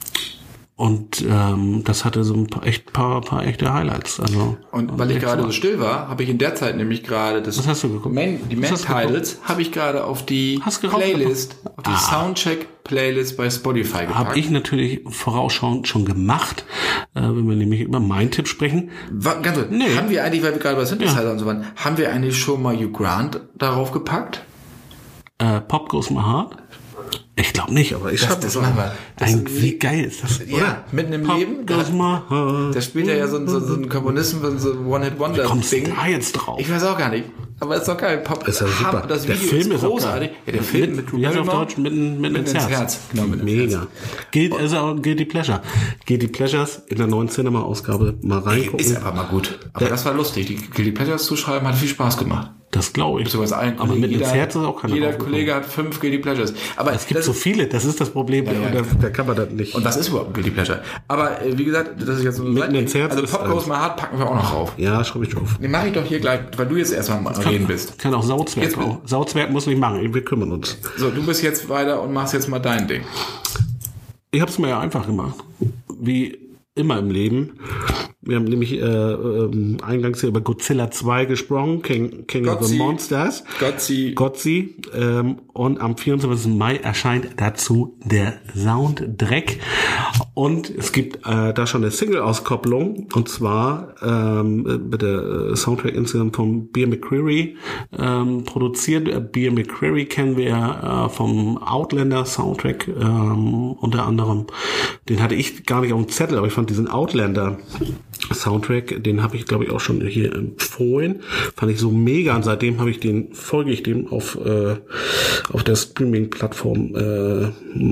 Und ähm, das hatte so ein paar, echt, paar, paar echte Highlights. Also, Und weil ich echt gerade so. so still war, habe ich in der Zeit nämlich gerade das Was hast du geguckt? Main, die Was hast du Main-Titles habe ich gerade auf die Hast geraucht? Playlist, auf die Ah. Soundcheck-Playlist bei Spotify gepackt. Habe ich natürlich vorausschauend schon gemacht, äh, wenn wir nämlich über meinen Tipp sprechen. Wa- Ganz kurz, Nee. haben wir eigentlich, weil wir gerade bei Synthesizer und so waren, haben wir eigentlich schon mal Hugh Grant darauf gepackt? Äh, Pop Goes My Heart? Ich glaube nicht, aber ich Das- habe das das machen wir. Das Ein, ist- wie geil ist das, Ja, oder? mitten im Pop Leben. Da, Goes My Heart. da spielt er ja so, ein- so, so ein Komponisten von so Wie kommst du One-Hit-Wonder-Ding. da jetzt drauf? Ich weiß auch gar nicht. Aber ist doch geil. Pop, Ist ja super. Das Der Video Film ist ist auch großartig. geil. Ja, der Film mit, Wie heißt er auf Deutsch? Mitten, mitten ins Herz. Genau, mitten ins Mega. Herz. Gilt, also auch Guilty Pleasure. Guilty Pleasures in der neuen Cinema-Ausgabe mal reingucken. Ist aber mal gut. Aber das war lustig. Die Guilty Pleasures zu schreiben hat viel Spaß gemacht. Das glaube ich. Beziehungsweise allen Aber Kollegen. mit ins Jeder- Herz ist auch keiner Jeder draufgekommen. Kollege hat fünf Guilty Pleasures. Aber Es gibt das so ist- viele, das ist das Problem. ja. Und da, da kann man das nicht. Und was ist überhaupt ein Guilty Pleasure? Aber äh, wie gesagt, das ist jetzt so ein Mitten ins Herz Also ist Pop alles. Goes My Heart packen wir auch noch drauf. Ja, schreibe ich drauf. Den mache ich doch hier gleich, weil du jetzt erstmal mal reden bist. Kann auch Sauzwerg Jetzt- auch. Sauzwerg muss nicht machen, wir kümmern uns. So, du bist jetzt weiter und machst jetzt mal dein Ding. Ich habe es mir ja einfach gemacht. Wie immer im Leben. Wir haben nämlich äh, ähm, eingangs hier über Godzilla zwei gesprochen, King, King of the Gotzi. Monsters. Gotzi. Gotzi. Ähm, und am vierundzwanzigsten Mai erscheint dazu der Soundtrack. Und es gibt äh, da schon eine Single-Auskopplung. Und zwar ähm, mit der äh, Soundtrack insgesamt von Bear McCreary ähm, produziert. Äh, Bear McCreary kennen wir äh, vom Outlander-Soundtrack ähm, unter anderem. Den hatte ich gar nicht auf dem Zettel, aber ich fand diesen Outlander Soundtrack, den habe ich glaube ich auch schon hier empfohlen, fand ich so mega, und seitdem habe ich den, folge ich dem auf äh, auf der Streaming-Plattform äh,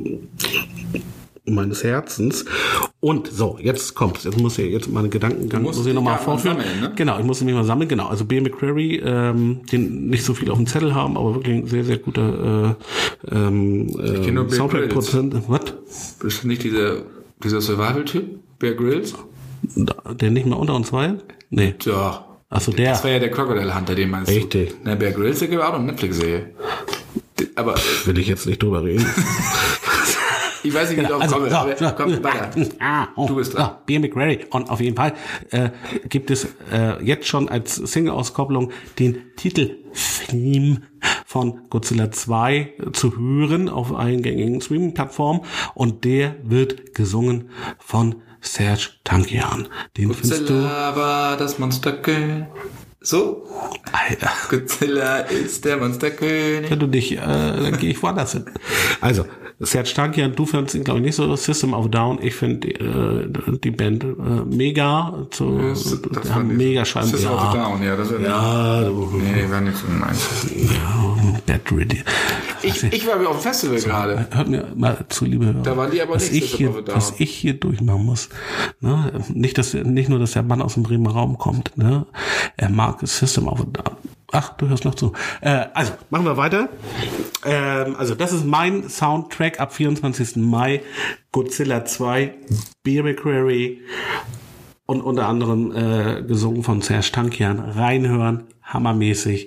meines Herzens. Und so, jetzt kommt's. Jetzt muss ich jetzt meine Gedankengang Du musst muss ich die nochmal Daten vorführen. sammeln, ne? Genau, ich muss mich mal sammeln. Genau, also Bear McCreary, ähm, den nicht so viel auf dem Zettel haben, aber wirklich ein sehr sehr guter äh, ähm, kenn nur äh, Bear Soundtrack-Produzent. Was? Bist du nicht dieser, dieser Survival-Typ? Bear Grylls? Der nicht mehr unter uns war? Nee. Ja. Achso, der. Das war ja der Crocodile Hunter, den meinst Richtig. du. Na, Bear Grylls, der gibt auch noch eine Netflix-Serie. Aber Will ich jetzt nicht drüber reden. ich weiß nicht, wie ich drauf Also, komme. so, aber so, komm, weiter. Ah, oh, Du bist dran. So, Bear McCreary. Und auf jeden Fall äh, gibt es äh, jetzt schon als Single-Auskopplung den Titeltheme von Godzilla zwei zu hören auf allen gängigen Streaming-Plattformen. Und der wird gesungen von Serj Tankian. Den findest du... Godzilla war das Monsterkönig. So? Alter. Godzilla ist der Monsterkönig. Wenn du dich, äh, dann gehe ich woanders hin. Also, Serj Tankian, du findest ihn, glaube ich, nicht so. System of a Down, ich finde äh, die Band äh, mega. Zu, Das die war haben nicht- mega Scheiben. System of a Ja, Down, ja. Das war ja, du, Nee, war nicht so meins. ja, Bad Ready. Ich, ich war auf dem Festival gerade. Hört mir mal zu, liebe Hörer. Da waren die aber was nicht ich System hier, of a Down. was ich hier durchmachen muss. Ne? Nicht, dass, nicht nur, dass der Mann aus dem Bremer Raum kommt. Ne? Er mag System of a Down. Ach, du hörst noch zu. Äh, also, machen wir weiter. Ähm, also, das ist mein Soundtrack ab vierundzwanzigsten Mai. Godzilla zwei, Bear McCreary und unter anderem äh, gesungen von Serj Tankian. Reinhören, hammermäßig.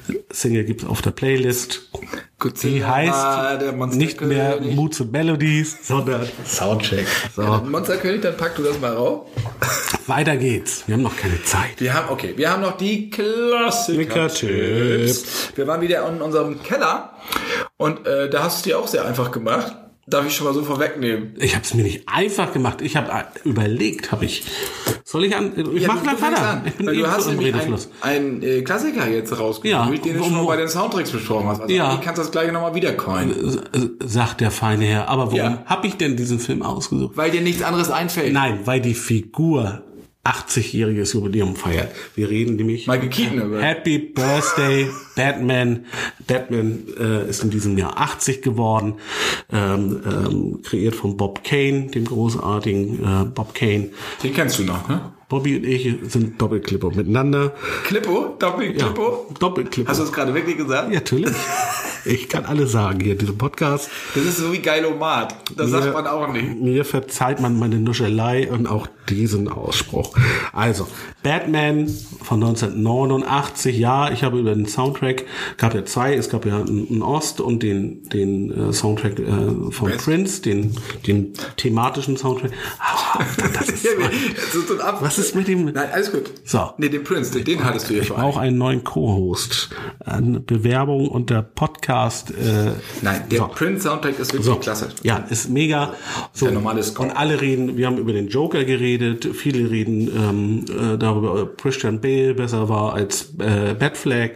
Single gibt's auf der Playlist. Godzilla Die heißt nicht mehr Moods und Melodies, sondern Soundcheck. So. Ja, Monsterkönig, dann pack du das mal rauf. Weiter geht's. Wir haben noch keine Zeit. Wir haben, okay, wir haben noch die Klassiker-Tipps. Wir waren wieder in unserem Keller und äh, da hast du es dir auch sehr einfach gemacht. Darf ich schon mal so vorwegnehmen? Ich habe es mir nicht einfach gemacht. Ich habe überlegt, habe ich. Soll ich an? Ich ja, mach gleich weiter. Ich bin Weil du hast im nämlich Redefluss. einen äh, Klassiker jetzt rausgesucht, Ja, den du wo- schon mal wo- bei den Soundtracks besprochen hast. Also Ja. du kannst das gleiche nochmal wiedercoin. Äh, sagt der feine Herr. Aber warum Ja. habe ich denn diesen Film ausgesucht? Weil dir nichts anderes einfällt. Nein, weil die Figur achtzigjähriges Jubiläum feiert. Wir reden nämlich Michael Keaton über. Happy Birthday Batman. Batman äh, ist in diesem Jahr achtzig geworden, ähm, ähm, kreiert von Bob Kane, dem großartigen äh, Bob Kane. Den kennst du noch, ne? Bobby und ich sind Doppelklipper miteinander. Klippo? Doppel-Klippo? Ja, Doppelklipper. Hast du das gerade wirklich gesagt? Ja, natürlich. Ich kann alles sagen hier in diesem Podcast. Das ist so wie Geilomat. Das Mir- sagt man auch nicht. Mir verzeiht man meine Nuschelei und auch diesen Ausspruch. Also, Batman von neunzehnhundertneunundachtzig. Ja, ich habe über den Soundtrack, gab ja zwei, es gab ja einen Ost und den, den äh, Soundtrack äh, von West. Prince, den, den thematischen Soundtrack. Aber das ist, Das ist so ein Ab- was ist mit dem... Nein, alles gut. So. Nee, den Prince, den, den hattest du hier Ich vor brauche allem. einen neuen Co-Host. Eine Bewerbung unter Podcast. Äh, Nein, der so. Prince-Soundtrack ist wirklich So, klasse. ja, ist mega. So, Der normale Score. und alle reden, wir haben über den Joker geredet, viele reden ähm, äh, darüber, ob Christian Bale besser war als äh, Batfleck.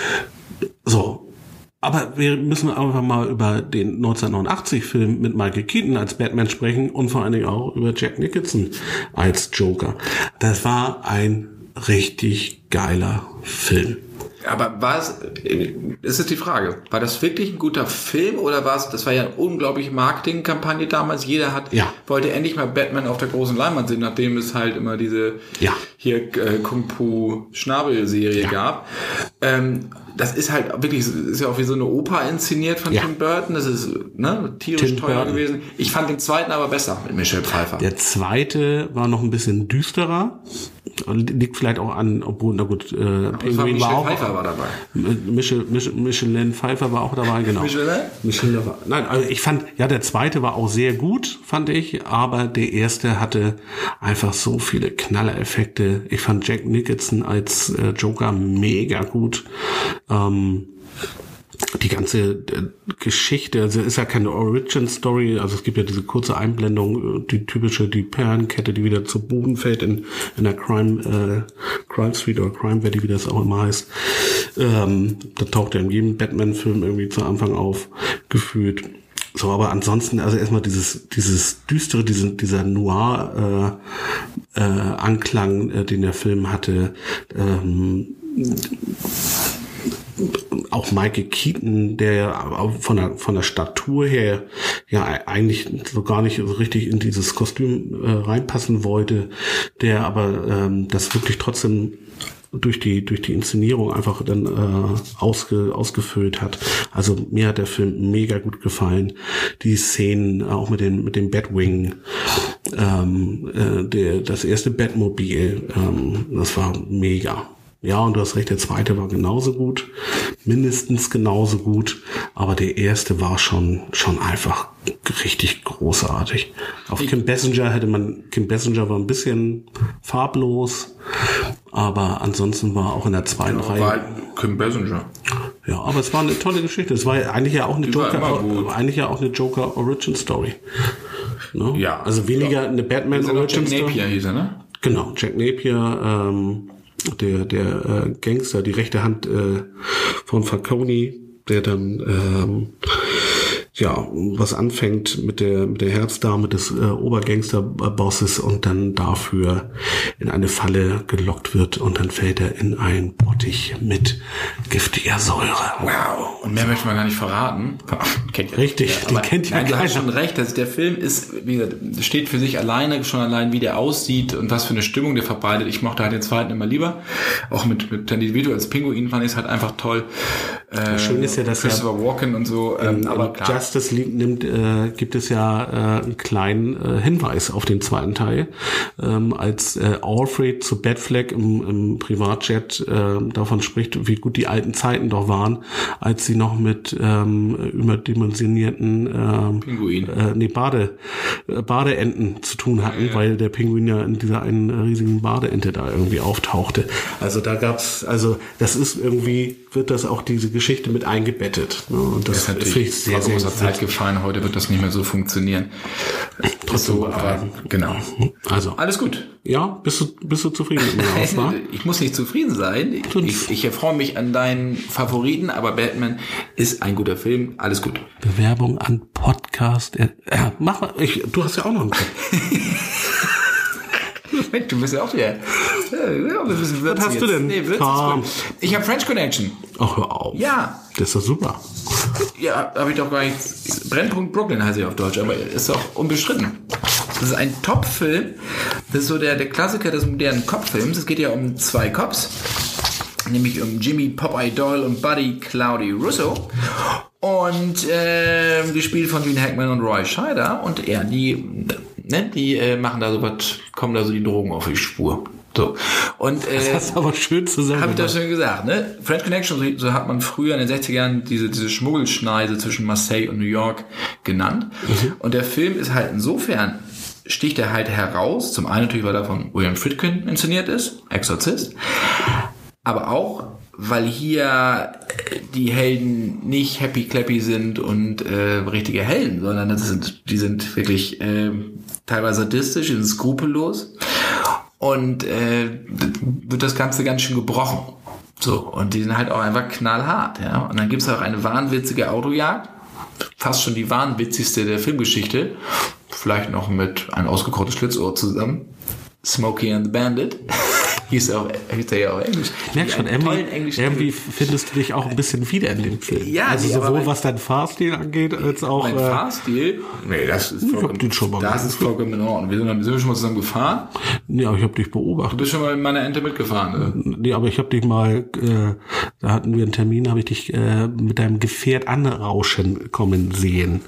So, aber wir müssen einfach mal über den neunzehnhundertneunundachtzig-Film mit Michael Keaton als Batman sprechen und vor allen Dingen auch über Jack Nicholson als Joker. Das war ein richtig geiler Film. Aber war es, äh, ist jetzt die Frage, war das wirklich ein guter Film oder war es, das war ja eine unglaubliche Marketingkampagne damals, jeder hat, Ja. wollte endlich mal Batman auf der großen Leinwand sehen, nachdem es halt immer diese, Ja. hier äh, Kung Fu Schnabel-Serie Ja. gab. Ähm, das ist halt wirklich, ist ja auch wie so eine Oper inszeniert von Ja. Tim Burton, das ist, ne, tierisch Tim teuer Burton. gewesen. Ich fand den zweiten aber besser mit Michelle Pfeiffer. Der zweite war noch ein bisschen düsterer. Liegt vielleicht auch an, obwohl, na gut, äh, Und war Penguin Michelle war auch. Pfeiffer war dabei. Michel, Michel, Michelin Pfeiffer war auch dabei, genau. Michelin? Michelin war, nein, also ich fand, ja, der zweite war auch sehr gut, fand ich, aber der erste hatte einfach so viele Knallereffekte. Ich fand Jack Nicholson als äh, Joker mega gut. Ähm, die ganze äh, Geschichte, also ist ja keine Origin-Story, also es gibt ja diese kurze Einblendung, äh, die typische, die Perlenkette, die wieder zu Boden fällt in, in der Crime, äh, Crime Street oder Crime Valley, wie das auch immer heißt. Ähm, da taucht er in jedem Batman-Film irgendwie zu Anfang auf, gefühlt. So, aber ansonsten, also erstmal dieses, dieses düstere, diesen, dieser Noir, äh, äh, Anklang, äh, den der Film hatte, ähm, auch Michael Keaton, der ja auch von der, von der Statur her ja eigentlich so gar nicht so richtig in dieses Kostüm äh, reinpassen wollte, der aber ähm, das wirklich trotzdem durch die durch die Inszenierung einfach dann äh, ausge, ausgefüllt hat. Also mir hat der Film mega gut gefallen. Die Szenen auch mit dem mit dem Batwing, ähm, äh, der das erste Batmobil, ähm, das war mega. Ja, und du hast recht, der zweite war genauso gut, mindestens genauso gut, aber der erste war schon schon einfach richtig großartig. Auf Kim Basinger hätte man, Kim Basinger war ein bisschen farblos, aber ansonsten war auch in der zweiten War Reihe. halt Kim Basinger. Ja, aber es war eine tolle Geschichte. Es war ja eigentlich ja auch eine Die war immer Joker, gut. eigentlich ja auch eine Joker Origin Story. Ne? Ja. Also weniger eine Batman Jack Origin Story. Napier hieß er, ne? Genau, Jack Napier, ähm, der der äh, Gangster, die rechte Hand äh, von Falcone, der dann ähm, ja was anfängt mit der mit der Herzdame des äh, Obergangsterbosses und dann dafür in eine Falle gelockt wird und dann fällt er in einen Bottich mit giftiger Säure. Wow. Und mehr möchte man gar nicht verraten. Kennt ja Richtig, jeder. den Aber kennt ja nein, du hast keiner. schon recht. Also der Film ist, wie gesagt, steht für sich alleine, schon allein, wie der aussieht und was für eine Stimmung der verbreitet. Ich mochte halt den zweiten immer lieber. Auch mit, mit Danny DeVito als Pinguin fand ich es halt einfach toll. Äh, Schön ist ja, dass Christopher ja Walken und so. Ähm, in, aber in klar. Justice League nimmt, äh, gibt es ja äh, einen kleinen äh, Hinweis auf den zweiten Teil, ähm, als äh, Alfred zu Batfleck im, im Privatjet äh, davon spricht, wie gut die alten Zeiten doch waren, als sie noch mit ähm, überdimensionierten ähm, Pinguin. Äh, nee, Bade, äh, Badeenten zu tun hatten, ja. weil der Pinguin ja in dieser einen riesigen Badeente da irgendwie auftauchte. Also da gab's, also das ist irgendwie, wird das auch diese Geschichte mit eingebettet. Ne? Und das, das finde ich sehr, sehr, sehr Zeit gefallen. Heute wird das nicht mehr so funktionieren. Trotzdem so, aber genau. Also alles gut. Ja, bist du bist du zufrieden mit mir Auswahl? Ich muss nicht zufrieden sein. Ich, ich, ich erfreue mich an deinen Favoriten, aber Batman ist ein guter Film. Alles gut. Bewerbung an Podcast. Ja, mach mal. Ich, du hast ja auch noch einen Tipp. Du bist ja auch wieder. Ja, was was hast jetzt? du denn? Nee, Komm. Ich habe French Connection. Ach, hör auf. Ja. Das ist doch super. Ja, habe ich doch gar nicht. Brennpunkt Brooklyn heißt sie auf Deutsch, aber ist doch unbestritten. Das ist ein Top-Film. Das ist so der, der Klassiker des modernen Cop-Films. Es geht ja um zwei Cops, nämlich um Jimmy Popeye Doyle und Buddy Cloudy Russo. Und äh, gespielt von Gene Hackman und Roy Scheider. Und ja, die, ne, die äh, machen da so was, kommen da so die Drogen auf die Spur. So. Und, äh, das hast du aber schön zusammen. Habe ich das schon gesagt, ne? French Connection, so hat man früher in den sechziger Jahren diese, diese Schmuggelschneise zwischen Marseille und New York genannt. Mhm. Und der Film ist halt insofern, sticht er halt heraus, zum einen natürlich, weil er von William Friedkin inszeniert ist, Exorzist, aber auch, weil hier die Helden nicht happy clappy sind und äh, richtige Helden, sondern das sind, die sind wirklich äh, teilweise sadistisch, die sind skrupellos. Und äh, wird das Ganze ganz schön gebrochen. So, und die sind halt auch einfach knallhart, ja. Und dann gibt's auch eine wahnwitzige Autojagd, fast schon die wahnwitzigste der Filmgeschichte. Vielleicht noch mit einem ausgekochten Schlitzohr zusammen. Smokey and the Bandit. Hieß er, auch, hieß er ja auch Englisch. Ich merke schon, irgendwie, irgendwie findest du dich auch ein bisschen wieder in dem Film. Ja, also nee, sowohl was dein Fahrstil angeht, als auch... Mein äh, Fahrstil? Nee, das ist vollkommen, den schon mal das ist vollkommen in Ordnung. Wir sind, sind wir schon mal zusammen gefahren? Ja, ich habe dich beobachtet. Du bist schon mal in meiner Ente mitgefahren, ne? Nee, aber ich habe dich mal, äh, da hatten wir einen Termin, habe ich dich äh, mit deinem Gefährt anrauschen kommen sehen.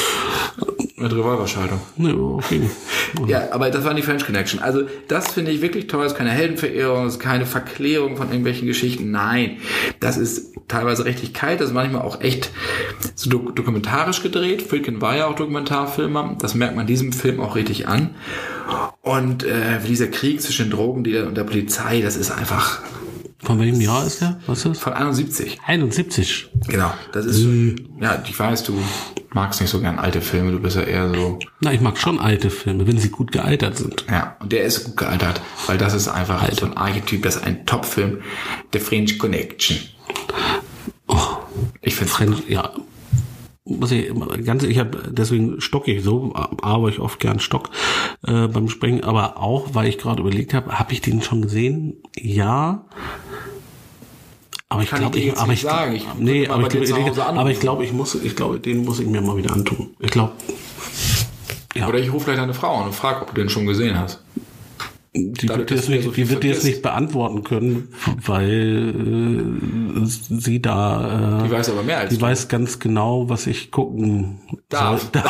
Mit Revolverschaltung. Ja, okay. Ja, aber das war die French Connection. Also das finde ich wirklich toll. Das ist keine Heldenverehrung, das ist keine Verklärung von irgendwelchen Geschichten. Nein, das ist teilweise richtig kalt. Das ist manchmal auch echt so dok- dokumentarisch gedreht. Friedkin war ja auch Dokumentarfilmer. Das merkt man diesem Film auch richtig an. Und äh, dieser Krieg zwischen Drogendealern und der Polizei, das ist einfach... Von welchem Jahr ist der? Was ist das? Von einundsiebzig. einundsiebzig? Genau. Das ist schon, ja, ich weiß, du magst nicht so gern alte Filme, du bist ja eher so... Na, ich mag schon alte Filme, wenn sie gut gealtert sind. Ja, und der ist gut gealtert, weil das ist einfach Alter. So ein Archetyp, das ist ein Top-Film, der French Connection. Oh, ich finde French, ja... Muss ich ganz, ich habe deswegen stocke ich so, aber ich oft gern Stock äh, beim Springen, aber auch, weil ich gerade überlegt habe, habe ich den schon gesehen? Ja. Aber ich glaube, ich, aber ich, sagen. ich nee, aber ich, ich, aber ich glaube, ich muss, ich glaube, den muss ich mir mal wieder antun. Ich glaube. Ja. Oder ich rufe vielleicht eine Frau an und frage, ob du den schon gesehen hast. Die wird, jetzt nicht, so die wird jetzt nicht beantworten können, weil äh, sie da... Äh, die weiß aber mehr als Die du. weiß ganz genau, was ich gucken darf. soll.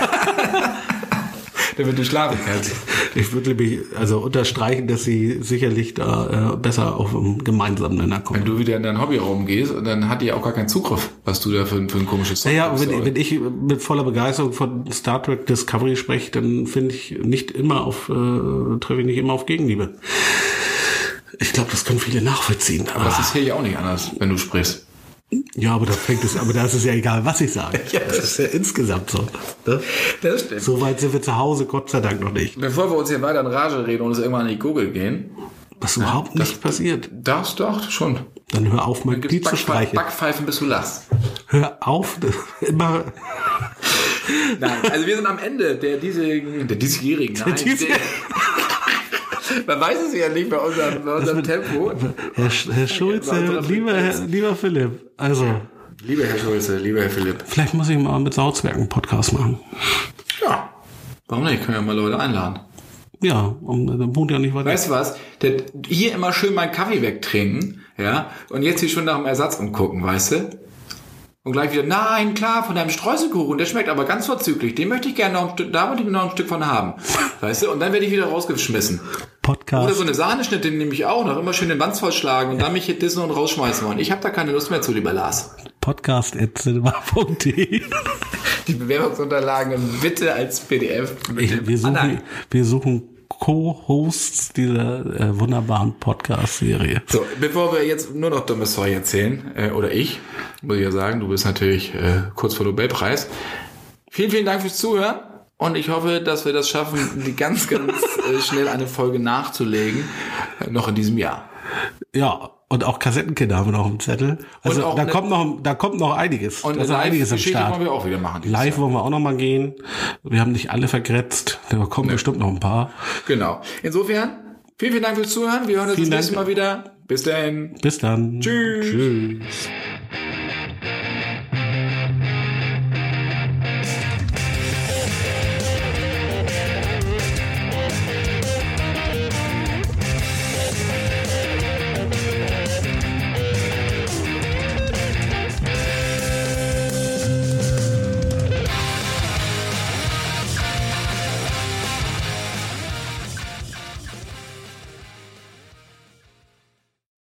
Der wird du schlafen kannst. Ich würde nämlich also unterstreichen, dass sie sicherlich da äh, besser auf einen gemeinsamen Nenner kommt. Wenn du wieder in dein Hobby rumgehst, dann hat die auch gar keinen Zugriff, was du da für, für ein komisches Zeug Ja, hast, wenn, wenn ich mit voller Begeisterung von Star Trek Discovery spreche, dann finde ich nicht immer auf, äh, treffe ich nicht immer auf Gegenliebe. Ich glaube, das können viele nachvollziehen. Aber das ist hier ja auch nicht anders, wenn du sprichst. Ja, aber da fängt es, aber da ist es ja egal, was ich sage. Ja, das ist ja insgesamt so. Ne? Das stimmt. So weit sind wir zu Hause, Gott sei Dank noch nicht. Bevor wir uns hier weiter in Rage reden und es irgendwann in die Google gehen. Was überhaupt das, nicht passiert. Das doch, schon. Dann hör auf, mal die zu streichen. Backpfeifen, bis du lachst. Hör auf, immer. Nein, also wir sind am Ende der diesjährigen, der diesjährigen, nein, der diese man weiß es ja nicht bei unserem, bei unserem Tempo. Herr, Herr Schulze, lieber, Herr, lieber Philipp, also. Lieber Herr Schulze, lieber Herr Philipp. Vielleicht muss ich mal mit Sauzwergen einen Podcast machen. Ja. Warum nicht? Können wir mal Leute einladen. Ja, und dann wohnt ja nicht weiter. Weißt du was? Der, hier immer schön meinen Kaffee wegtrinken, ja, und jetzt hier schon nach dem Ersatz umgucken, weißt du? Und gleich wieder, nein, klar, von deinem Streuselkuchen, der schmeckt aber ganz vorzüglich. Den möchte ich gerne noch ein Stück, da wollte ich noch ein Stück von haben. Weißt du? Und dann werde ich wieder rausgeschmissen. Podcast. Oder so eine Sahneschnitte nehme ich auch noch, immer schön den Wanz vollschlagen und dann mich hier dissen und rausschmeißen wollen. Ich habe da keine Lust mehr zu, lieber Lars. Podcast at cinema punkt de. Die Bewerbungsunterlagen bitte als P D F. Ich, wir, suchen, wir suchen Co-Hosts dieser äh, wunderbaren Podcast-Serie. So, bevor wir jetzt nur noch dummes Zeug erzählen, äh, oder ich, muss ich ja sagen, du bist natürlich äh, kurz vor Nobelpreis. Vielen, vielen Dank fürs Zuhören und ich hoffe, dass wir das schaffen, die ganz, ganz äh, schnell eine Folge nachzulegen, äh, noch in diesem Jahr. Ja, und auch Kassettenkinder haben wir noch im Zettel. Also da kommt noch, da kommt noch einiges. Und da ist einiges am Start. Wollen wir auch wieder machen. Live Jahr. wollen wir auch noch mal gehen. Wir haben nicht alle vergrätzt. Da kommen nee. bestimmt noch ein paar. Genau. Insofern, vielen, vielen Dank fürs Zuhören. Wir hören uns das nächste Mal wieder. Bis dahin. Bis dann. Tschüss. Tschüss.